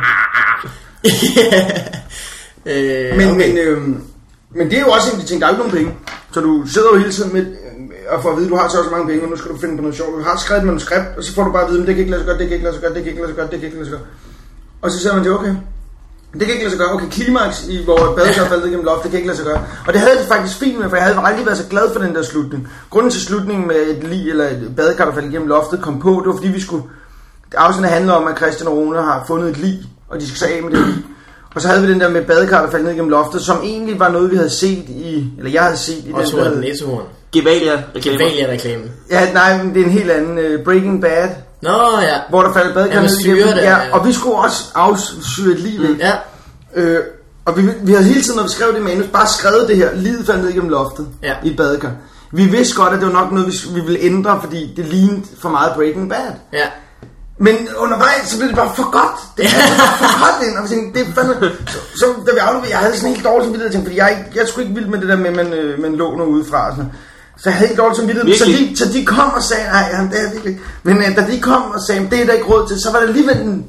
øh, men, okay. men, øhm, men det er jo også en af de ting, der er ikke nogen penge. Så du sidder jo hele tiden med... Og for at vide, du har så også mange penge, og nu skal du finde på noget sjovt. Du har skrevet et manuskript, og så får du bare at vide, at det kan ikke lade sig godt, det kan ikke lade sig godt, det kan ikke lade sig godt, det kan ikke lade sig godt. Og så siger man til, okay, det kan ikke lade sig gøre. Okay, klimaks i hvor badekar faldt gennem loft, det kan ikke lade sig gøre. Og det havde jeg faktisk fint med, for jeg havde aldrig været så glad for den der slutning. Grunden til slutningen med et lig eller et badekar, der faldt gennem loftet, kom på, det var fordi vi skulle... Afsnittet handler om, at Christian og Rune har fundet et lig, og de skal så af med det lig. Og så havde vi den der med badekar, der faldt ned gennem loftet, som egentlig var noget, vi havde set i... Eller jeg havde set i og den der... Og Nettohorn. Gevalia-reklamen. Gevalia-reklamen. Ja, nej, men det er en helt anden uh, Breaking Bad. Nå ja. Hvor der faldt badekar ja, ned igennem. Det, ja, og vi skulle også afsyre et lig. Mm, ja. Øh, og vi, vi havde hele tiden, når vi skrev det manus, bare skrevet det her, liget faldt ned igennem loftet ja. i et badekar. Vi vidste godt, at det var nok noget, vi, vi ville ændre, fordi det lignede for meget Breaking Bad. Ja. Men undervejs, så blev det bare for godt. Det er bare for godt ind. Og tænkte, det er fandme... Så, så da vi afleverede, jeg havde sådan en helt dårlig samvittighed, fordi jeg, ikke, jeg skulle ikke vildt med det der med, at man, øh, man låner udefra. Og sådan. Så jeg havde helt dårlig samvittighed. Så de, så de kom og sagde, nej, det er virkelig. Men øh, da de kom og sagde, det er der ikke råd til, så var det alligevel en...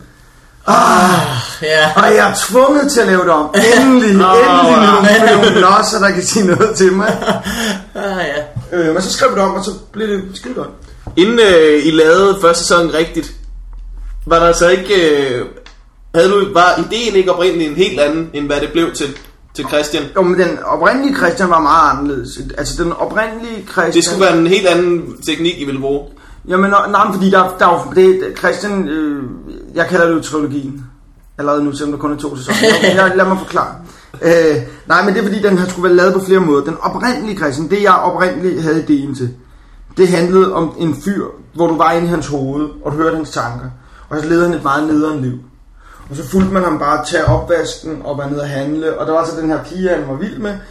Ah, yeah. Og jeg er tvunget til at lave det om. Endelig, oh, endelig wow. nogle, nogle nosser, der kan sige noget til mig. ah, ja. øh, men så skrev vi det om, og så blev det skide godt. Inden øh, I lavede første sæson rigtigt, var der så ikke... Øh, havde du, var ideen ikke oprindeligt en helt anden, end hvad det blev til, til Christian? Jo, men den oprindelige Christian var meget anderledes. Altså den oprindelige Christian... Det skulle være en helt anden teknik, I ville bruge. Jamen, nej, fordi der, der er det, Christian... Øh, jeg kalder det jo trilogien. Allerede nu, selvom der kun er to sæsoner. Jeg, lad mig forklare. Øh, nej, men det er fordi, den her skulle være lavet på flere måder. Den oprindelige Christian, det jeg oprindeligt havde ideen til, det handlede om en fyr, hvor du var inde i hans hoved, og du hørte hans tanker. Og så levede han et meget nederen liv. Og så fulgte man ham bare at tage opvasken og være nede og handle. Og der var så den her pige, han var vild med,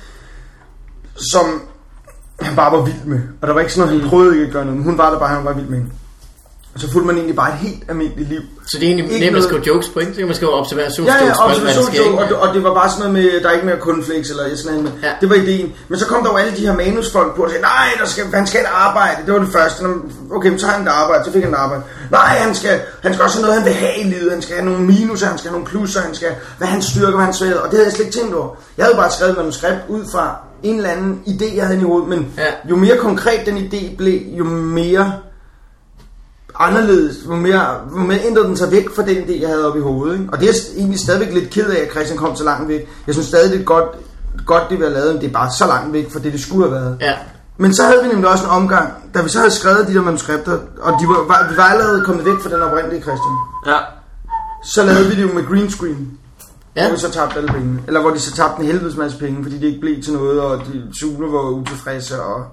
som han bare var vild med. Og der var ikke sådan noget, han prøvede ikke at gøre noget, men hun var der bare, han var vild med hende. Og så fulgte man egentlig bare et helt almindeligt liv. Så det er egentlig nemt at skrive jokes på, ikke? Så kan man skrive observationsjokes. Ja, ja, observationsjokes, og, og det var bare sådan noget med, der er ikke mere cornflakes eller sådan noget. Ja. Det var ideen. Men så kom der jo alle de her manusfolk på og sagde, nej, der skal, han skal have et arbejde. Det var det første. Okay, så har han et arbejde, så fik han et arbejde. Nej, han skal, han skal også have noget, han vil have i livet. Han skal have nogle minuser, han skal have nogle plusser, han skal hvad hans styrke, hvad hans svaghed. Og det havde jeg slet ikke tænkt over. Jeg havde bare skrevet manuskript ud fra en eller anden idé, jeg havde i hovedet. Men ja. Jo mere konkret den idé blev, jo mere... anderledes, hvor mere, hvor mere ændrede den sig væk fra den idé, jeg havde oppe i hovedet. Ikke? Og det er jeg egentlig stadigvæk lidt ked af, at Christian kom så langt væk. Jeg synes stadig, det er godt, godt det vi har lavet, men det er bare så langt væk fra det, det skulle have været. Ja. Men så havde vi nemlig også en omgang, da vi så havde skrevet de der manuskripter, og de var, var, vi var allerede kommet væk fra den oprindelige Christian. Ja. Så lavede vi det jo med green screen. Ja. Hvor vi så tabte alle pengene. Eller hvor de så tabte en helvedes masse penge, fordi det ikke blev til noget, og de Sune var utilfredse, og...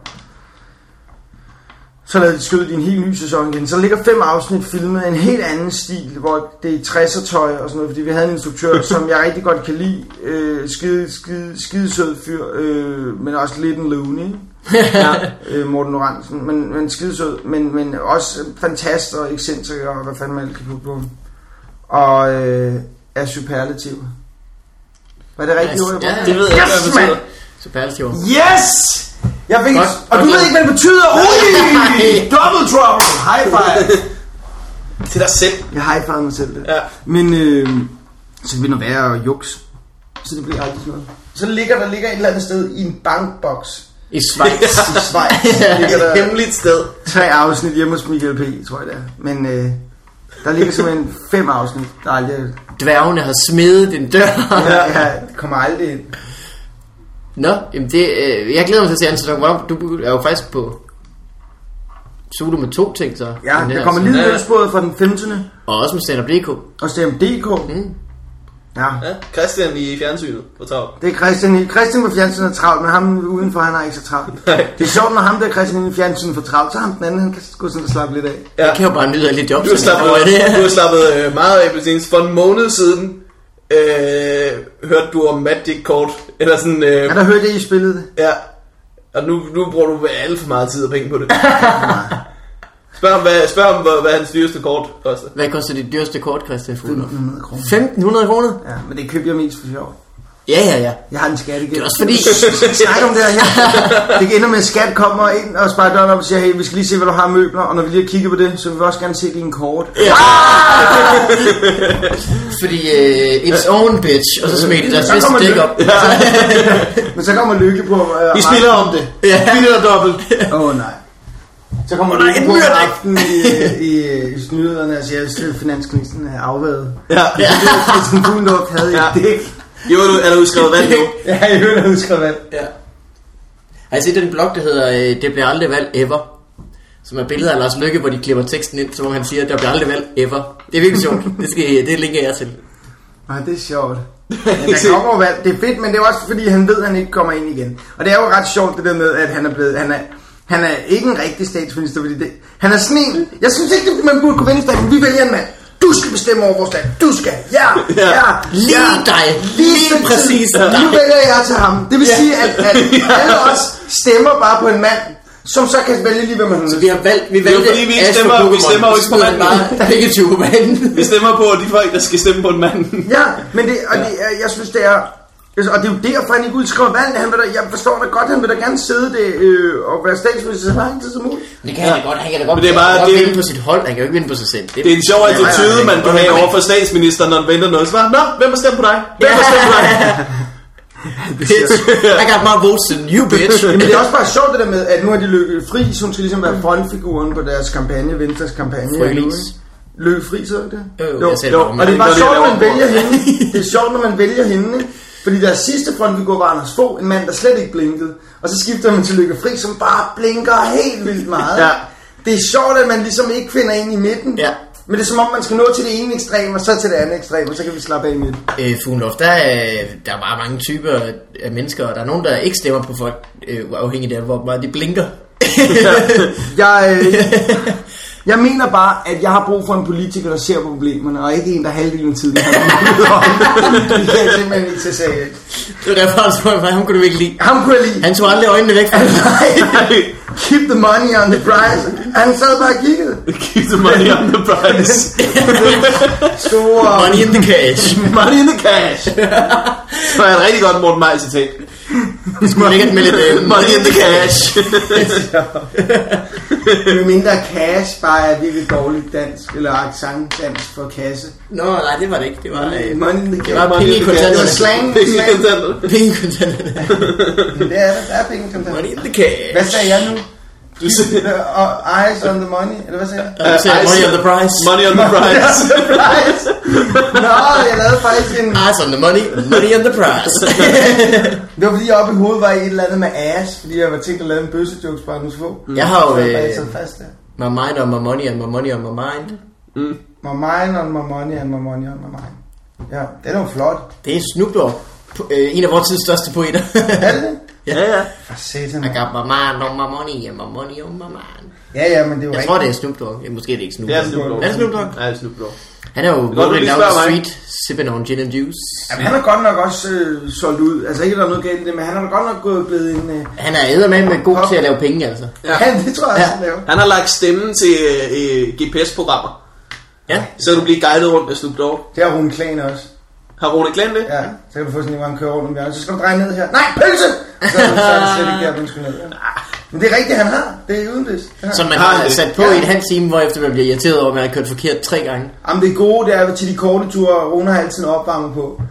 Så lavede de skød i en helt ny sæson igen. Så der ligger fem afsnit filmet en helt anden stil, hvor det er tresser tøj og sådan noget, fordi vi havde en instruktør, som jeg rigtig godt kan lide. Øh, skide, skide, skide sød fyr, øh, men også lidt en loony. Ja. øh, Morten Lorentzen, men, men skide sød, men, men også fantast og ekscentriker, og hvad fanden man kan putte på. Og øh, er superlativ. Var det rigtigt ord? Ja, det ved jeg yes, ikke, hvad det superlativ. Yes! Jeg fik, godt, og godt, du ved ikke, hvad det betyder. Ui! Double trouble! High five! Til dig selv. Jeg high-fivede mig selv. Det. Ja. Men øh, så vil det være juks. Så det bliver aldrig sådan noget. Så ligger der ligger et eller andet sted i en bankboks. I Schweiz. I Schweiz. Ligger der et hemmeligt sted. Tre afsnit hjemme hos Michael P., tror jeg det er. Men øh, der ligger simpelthen fem afsnit, der aldrig... Dværgene har smedet en dør. Ja, ja, det kommer aldrig ind. Nå, jamen det, øh, jeg glæder mig til at se anden sæson. Du er jo faktisk på Zulu med to ting så. Ja, der kommer lige løsbådet fra den femtende Og også med stand up punktum d k. Og stand up punktum d k. Mm. Ja. Ja, Christian i fjernsynet på travlt. Det er Christian i Christian på fjernsynet er travlt, men ham udenfor han er ikke så travlt. Nej. Det er sjovt, når ham der Christian i fjernsynet for travlt, så ham den anden, han kan gå sådan og slappe lidt af. Ja. Jeg kan jo bare nyde af lidt job. Du har slappet, du har slappet øh, meget af på senest. For en måned siden øh, hørte du om Magic Court. Eller sådan, øh, Ja, der hørte jeg, I spillede det. Ja. Og nu, nu bruger du alt for meget tid og penge på det. Spørg om, hvad, spørg om hvad, hvad hans dyreste kort koster. Hvad koster dit dyreste kort, Christian Fuglendorf? femten hundrede kroner. femten hundrede kroner? Ja, men det købte jeg mest for sjov. Ja, ja, ja. Jeg har en skat igen. Det er også fordi... Snak om det her. Det ender med, at skat kommer ind og sparer døren op og siger, hey, vi skal lige se, hvad du har af møbler. Og når vi lige har kigget på det, så vil vi også gerne se dine kort. Ja. Fordi uh, it's own bitch. Og så smider de deres bedste dæk op. Ja. Men så kommer Lykke på... Uh, Vi spiller om det. Ja. Vi spiller dobbelt. Åh oh, nej. Så kommer Oh, nej, Lykke på en myrde. aften i, i, i nyhederne og siger, at finanskrisen er afværet. Ja. Det er sådan, Fuglendorf havde Ja. et dæk. Jo, er der udskrevet valg nu? Ja, jeg hørte, at udskrevet valg. Ja. Har I set den blog, der hedder øh, Det bliver aldrig valg ever? Som er billeder af Lars Løkke, hvor de klipper teksten ind, som han siger, der bliver aldrig valg ever. Det er virkelig sjovt. Det, skal, det linker jeg til. Nej, det er sjovt. Men der kommer valg. Det er fedt, men det er også fordi, han ved, at han ikke kommer ind igen. Og det er jo ret sjovt, det der med, at han er blevet... Han er, han er ikke en rigtig statsminister, fordi det... Han er sådan en... Jeg synes ikke, man burde kunne vinde staten. Vi vælger en mand. Du skal bestemme over vores land. Du skal. Ja, ja, ja. Lige dig. Lige, lige præcis dig. Nu vælger jeg til ham. Det vil Ja. sige, at, at alle os stemmer bare på en mand, som så kan vælge lige, hvad man har lyst Vi har valgt, vi valgte fordi vi ikke Ash stemmer- for vi Pokémon. stemmer jo ikke Så på smider manden. han bare Pikachu på banen. Vi stemmer på de folk, der skal stemme på en mand. Ja, men det, og det, er- jeg synes, det er... Og det er jo derfor, han ikke udskriver valg. Han vil da, jeg forstår da godt, han vil da gerne sidde det øh, og være statsminister så lang tid som muligt. Det kan han da godt. Han kan da godt, Men det er bare- han kan godt det er- vinde på sit hold. Han kan jo ikke vinde på sig selv. Det er en sjov attitude, nej, nej. man kan have over for statsministeren, når han venter noget. Så bare, nå, hvem har stemt på dig? Hvem har stemt på dig? Bitch. I got my votes in you, bitch. Men det er også bare sjovt det der med, at nu har de Lykke Friis. Hun skal ligesom være frontfiguren på deres kampagne, Venstres kampagne. Friis. Lykke Friis, er det det? Jo, jo, jeg sagde jo. bare, Og det er Når bare det sjovt, er når man lavet vælger hende. Det er sjovt, når man vælger hende, ikke? Fordi deres sidste frontfigur var Anders Fogh, en mand, der slet ikke blinkede. Og så skifter man til Lykke Friis, som bare blinker helt vildt meget. Ja. Det er sjovt, at man ligesom ikke finder en i midten. Ja. Men det er som om, man skal nå til det ene ekstrem, og så til det andet ekstrem, og så kan vi slappe af i midten. Øh, Fuglendorf, der er, der er bare mange typer af mennesker, og der er nogen, der ikke stemmer på folk, øh, afhængigt af, hvor meget de blinker. Jeg, øh, jeg mener bare, at jeg har brug for en politiker, der ser på problemerne, og ikke en, der halvdelen af tiden har det kan jeg simpelthen ikke tage sag af. Det er derfor, altså, for ham kunne du ikke lide. Ham kunne jeg lide. Han tog aldrig øjnene væk fra ham. Nej, keep the money on the prize. Han sad bare og kiggede. Keep the money on the price. Store Money in the cash. Money in the cash. Så er et rigtig godt Morten Maj citat. Det skulle ligge med lidt øh, Money in the cash. med mindre cash bare er virkelig dårligt dansk, eller accent dansk for kasse. Nå, nej, det var det ikke. Det var, øh, Money in the det var cash. penge i Det kontanterne. var slang. Penge i slang. kontanter. Penge i kontanterne. Det er der, der er penge i kontanter. Money in the cash. Hvad sagde jeg nu? Du siger, Uh, eyes on the money, eller hvad sagde jeg? Og du sagde money on the price. money on the price. Price. Nå, jeg lavede faktisk en... Eyes on the money, money on the price. Det var fordi jeg oppe i hovedet var i et eller andet med ass, fordi jeg var tænkt at lave en bøssejokes bare nu få. Jeg har jo Så jeg øh, sad fast der. my mind on my money and my money on my mind. Mm. My mind on my money and my money on my mind. Ja, det er jo flot. Det er Snoop Dogg. Øh, en af vores tids største poeter. Er det det? Ja, ja. For satan. I got my mind on my money and my money on my mind. Ja, ja, men det er jo Jeg tror, det er Snoop Dogg. Ja, måske er det ikke Snoop Det er Dogg. Snoop Dogg. Er det Snoop Dogg? Ja, det er Snoop Dogg. Han er jo godt, du rolling lige down the spørger mig. street, sipping on gin and juice. Jamen, han har godt nok også øh, solgt ud. Altså ikke, der er noget galt i det, men han har godt nok gået blevet en... Øh... Han er eddermame med god til at lave penge, altså. Ja. Ja, det tror jeg også, Ja. han laver. Han har lagt stemmen til øh, G P S-programmer. Ja. Så du bliver guidet rundt af Snoop Dogg. Det har Rune Klan også. Har Rune Klan det? Ja, så kan du få sådan en, hvor han kører rundt om hjørnet. Så skal du dreje ned her. Nej, pølse! Så, så er det slet ikke der, den skal ned. Ja. Men det er rigtigt, han har. Det er uden det. Som man Har har det? sat på Ja. i en halv time, hvor efter man bliver irriteret over, at man har kørt forkert tre gange. Jamen det gode, det er til de korte ture, Rune har altid en opvarmer på.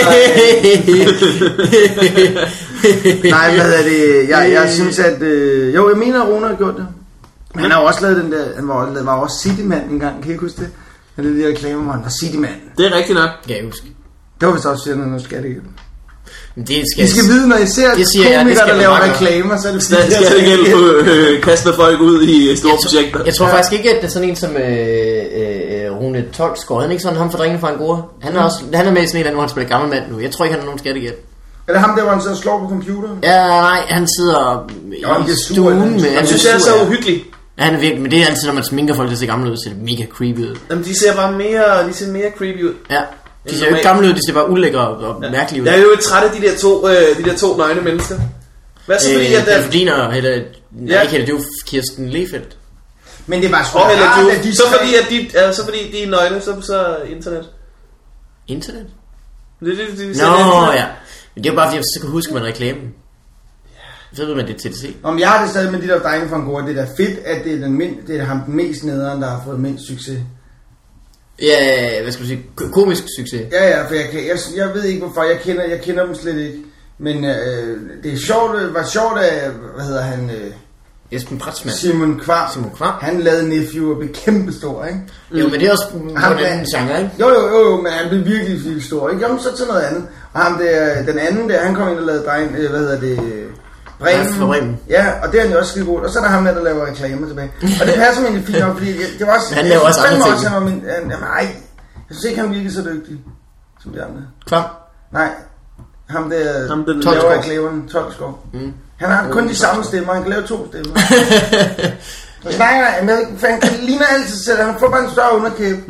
Nej, hvad er det? Jeg, jeg synes, at... Øh, jo, jeg mener, at Rune har gjort det. Men han har jo også lavet den der... Han var, var også Cityman en gang, kan I huske det? Han er det der reklame, hvor han var Cityman. Det er rigtigt nok. Kan jeg huske. Det var vist også sådan noget skat igen. Det skal, I skal vide, når I ser komikere, der laver reklamer, så er det fordi, skal det gælde på øh, kaste folk ud i store jeg projekter. Jeg tror ja. faktisk ikke, at det er sådan en som øh, øh, Rune Tolsgaard. Han er ikke sådan ham for Drengene fra Angora. Han er, mm. også, han er med i sådan en eller anden, hvor han spiller gammel mand nu. Jeg tror ikke, han har nogen skattegæt. Eller ham der, hvor han sidder og slår på computeren? Ja, nej, han sidder jo, i stuen med... Jeg synes, det er så uhyggeligt. Ja, han er virkelig, men det er altid, når man sminker folk, der ser gamle ud, så ser det mega creepy ud. Jamen, de ser bare mere, de ser mere creepy ud. Ja, de ser jo ikke gamle ud, de ser bare ulækre og ja. mærkelige ud. Jeg er jo træt af de der to, øh, de der to nøgne mennesker. Hvad så øh, fordi, at der... Fordiner, eller... Ja. Nej, ikke det er jo Kirsten Lefeldt. Men det var sgu oh, rart, at de... Så fordi, at de, ja, så fordi de er nøgne, så, så internet. Internet? Det er det, de, de Nå, no, ja. Men det er jo bare, fordi jeg så kan huske, man reklamen. Så ved man, det er T D C. Om jeg har det stadig med de der Drenge fra Angora. Det er da fedt, at det er, den mind, det er ham den mest nederen, der har fået mindst succes. Ja, hvad skal du sige? Komisk succes. Ja, ja, for jeg, kan, jeg, jeg ved ikke hvorfor. Jeg kender, jeg kender dem slet ikke. Men øh, det er sjovt, det var sjovt af, hvad hedder han? Øh, Esben Pratsmann. Simon Kvam. Simon Kvam. Han lavede Nephew og blev kæmpe stor, ikke? Mm. Jo, men det er også på den genre, ikke? Jo, jo, jo, jo, men han blev virkelig, virkelig stor, ikke? Jamen, så til noget andet. Og ham der, den anden der, han kom ind og lavede dreng, øh, hvad hedder det... Bremen. Ja, og det er han jo også skide godt. Og så er der ham der, der laver reklamer tilbage. Og det passer mig egentlig fint nok, fordi det var også... Han laver også andre ting. Også, han var min, han, jamen, ej, jeg synes ikke, han virkede så dygtig som de andre. Kvam? Nej, ham der, ham, der laver reklamerne, Tolsgaard. Mm. Han har kun de samme stemmer, han kan lave to stemmer. Og snakker han, han kan ligner altid sig selv, han får bare en større underkæbe.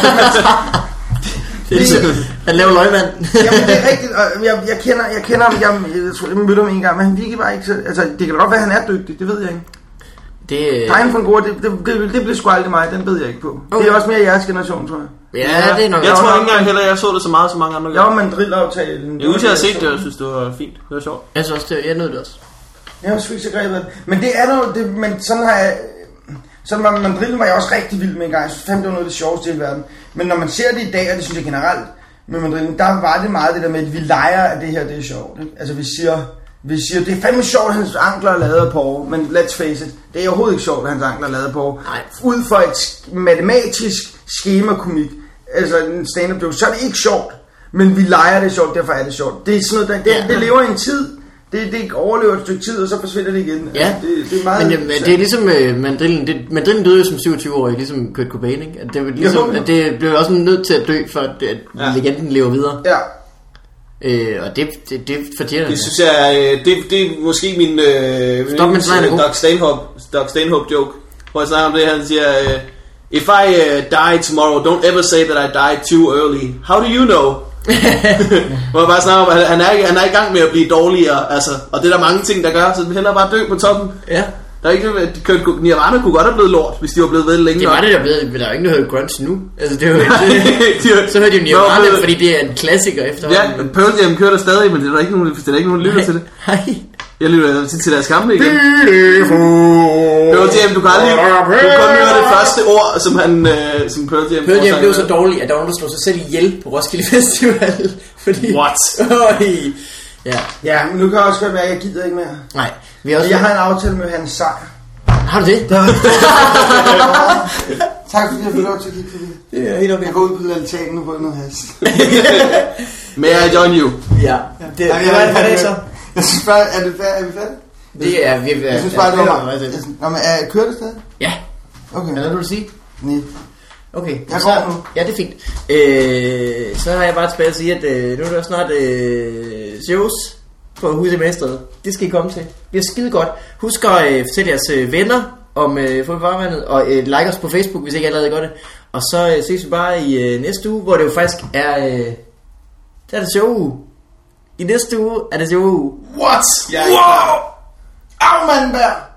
Han laver løgmand. Jamen det er rigtigt, og jeg, jeg kender, jeg kender ham, jeg, jeg tror jeg mødte ham en gang, men han virkelig bare ikke så, altså det kan da godt være, at han er dygtig, det ved jeg ikke. Det... Drenge fra Angora, det, det, det, det blev sgu aldrig mig, den ved jeg ikke på. Okay. Det er også mere jeres generation, tror jeg. Ja, det er nok. Jeg tror ikke engang heller, jeg så det så meget som mange andre. Jeg var mandrillaftalen. Jeg husker, jeg har set det, og jeg synes, det var fint. Det var sjovt. Jeg synes også, det, jeg nød det også. Jeg var sgu ikke så grebet. Men det er der det, men sådan har jeg... Sådan var mandrillen var jeg også rigtig vild med en gang. Jeg synes fandme, det var noget af det sjoveste i verden. Men når man ser det i dag, og det synes jeg generelt, med mandrillen, der var det meget det der med, at vi leger, at det her det er sjovt. Ikke? Altså vi siger, vi siger, det er fandme sjovt, at hans ankler er lavet på, men let's face it, det er overhovedet ikke sjovt, at hans ankler er lavet på. Ud fra et matematisk skemakomik, altså en stand-up joke, så er det ikke sjovt, men vi leger det sjovt, derfor er det sjovt. Det er sådan noget, der, det, det lever i en tid. Det, det overlever et stykke tid, og så forsvinder det igen. Ja, altså, det, det er meget... Men det, det er ligesom uh, mandrillen. Det, mandrillen døde jo som syvogtyve-årig, ligesom Kurt Cobain, ikke? At det, var ligesom, at det blev også nødt til at dø, for at, at ja. legenden lever videre. Ja. Øh, og det, det, det fortjener det. synes jeg, det, det er måske min øh, Stop, min uh, Doug Stanhope, Doug Stanhope joke, hvor jeg snakker om det, han siger, uh, if I uh, die tomorrow, don't ever say that I died too early. How do you know? Hvor jeg bare snakker om, at han er, han er i gang med at blive dårligere, altså, og det er der mange ting, der gør, så vi hellere bare dø på toppen. Ja. Der er ikke noget, Nirvana kunne godt have blevet lort, hvis de var blevet ved længe. Det var det, der blev, der er ikke noget grunge nu. Altså, det er jo det, så hørte de Nirvana, no, fordi det er en klassiker efterhånden. Ja, Pearl Jam kører der stadig, men det er der ikke nogen, det er der ikke nogen, der lytter til det. Nej. Jeg lytter til, til deres gamle igen. Pearl Jam, du kan aldrig, du kan kun høre det første ord, som han, øh, som Pearl Jam. Pearl Jam blev så dårlig, at der var nogen, der slog sig selv ihjel på Roskilde Festival. Fordi, what? Ja. Ja, men nu kan jeg også godt være, at jeg gider ikke mere. Nej. Vi også jeg har en aftale med Hans Sejr. Har du det? Tak fordi jeg fik lov til at kigge på det. Det er helt okay. Jeg går ud på altanen og får noget has. May I join you? Ja. Det er hvad det så? Jeg synes bare, er, det, er vi færdige? Det er vi. Jeg synes bare, det var... Nå, men er kører det stadig? Ja. Okay. Er der noget, du vil sige? Nej. Okay. Jeg går nu. Ja, det er fint. Øh, så har jeg bare tilbage at sige, at øh, nu er der snart øh, shows på Huset Mestret. Det skal I komme til. Det bliver skide godt. Husk at øh, fortælle jeres øh, venner om øh, Farvandet, og øh, like os på Facebook, hvis ikke allerede gør det. Og så øh, ses vi bare i øh, næste uge, hvor det jo faktisk er... Øh, der er det show. I næste uge er det show. What? Wow! Au, Mandenberg!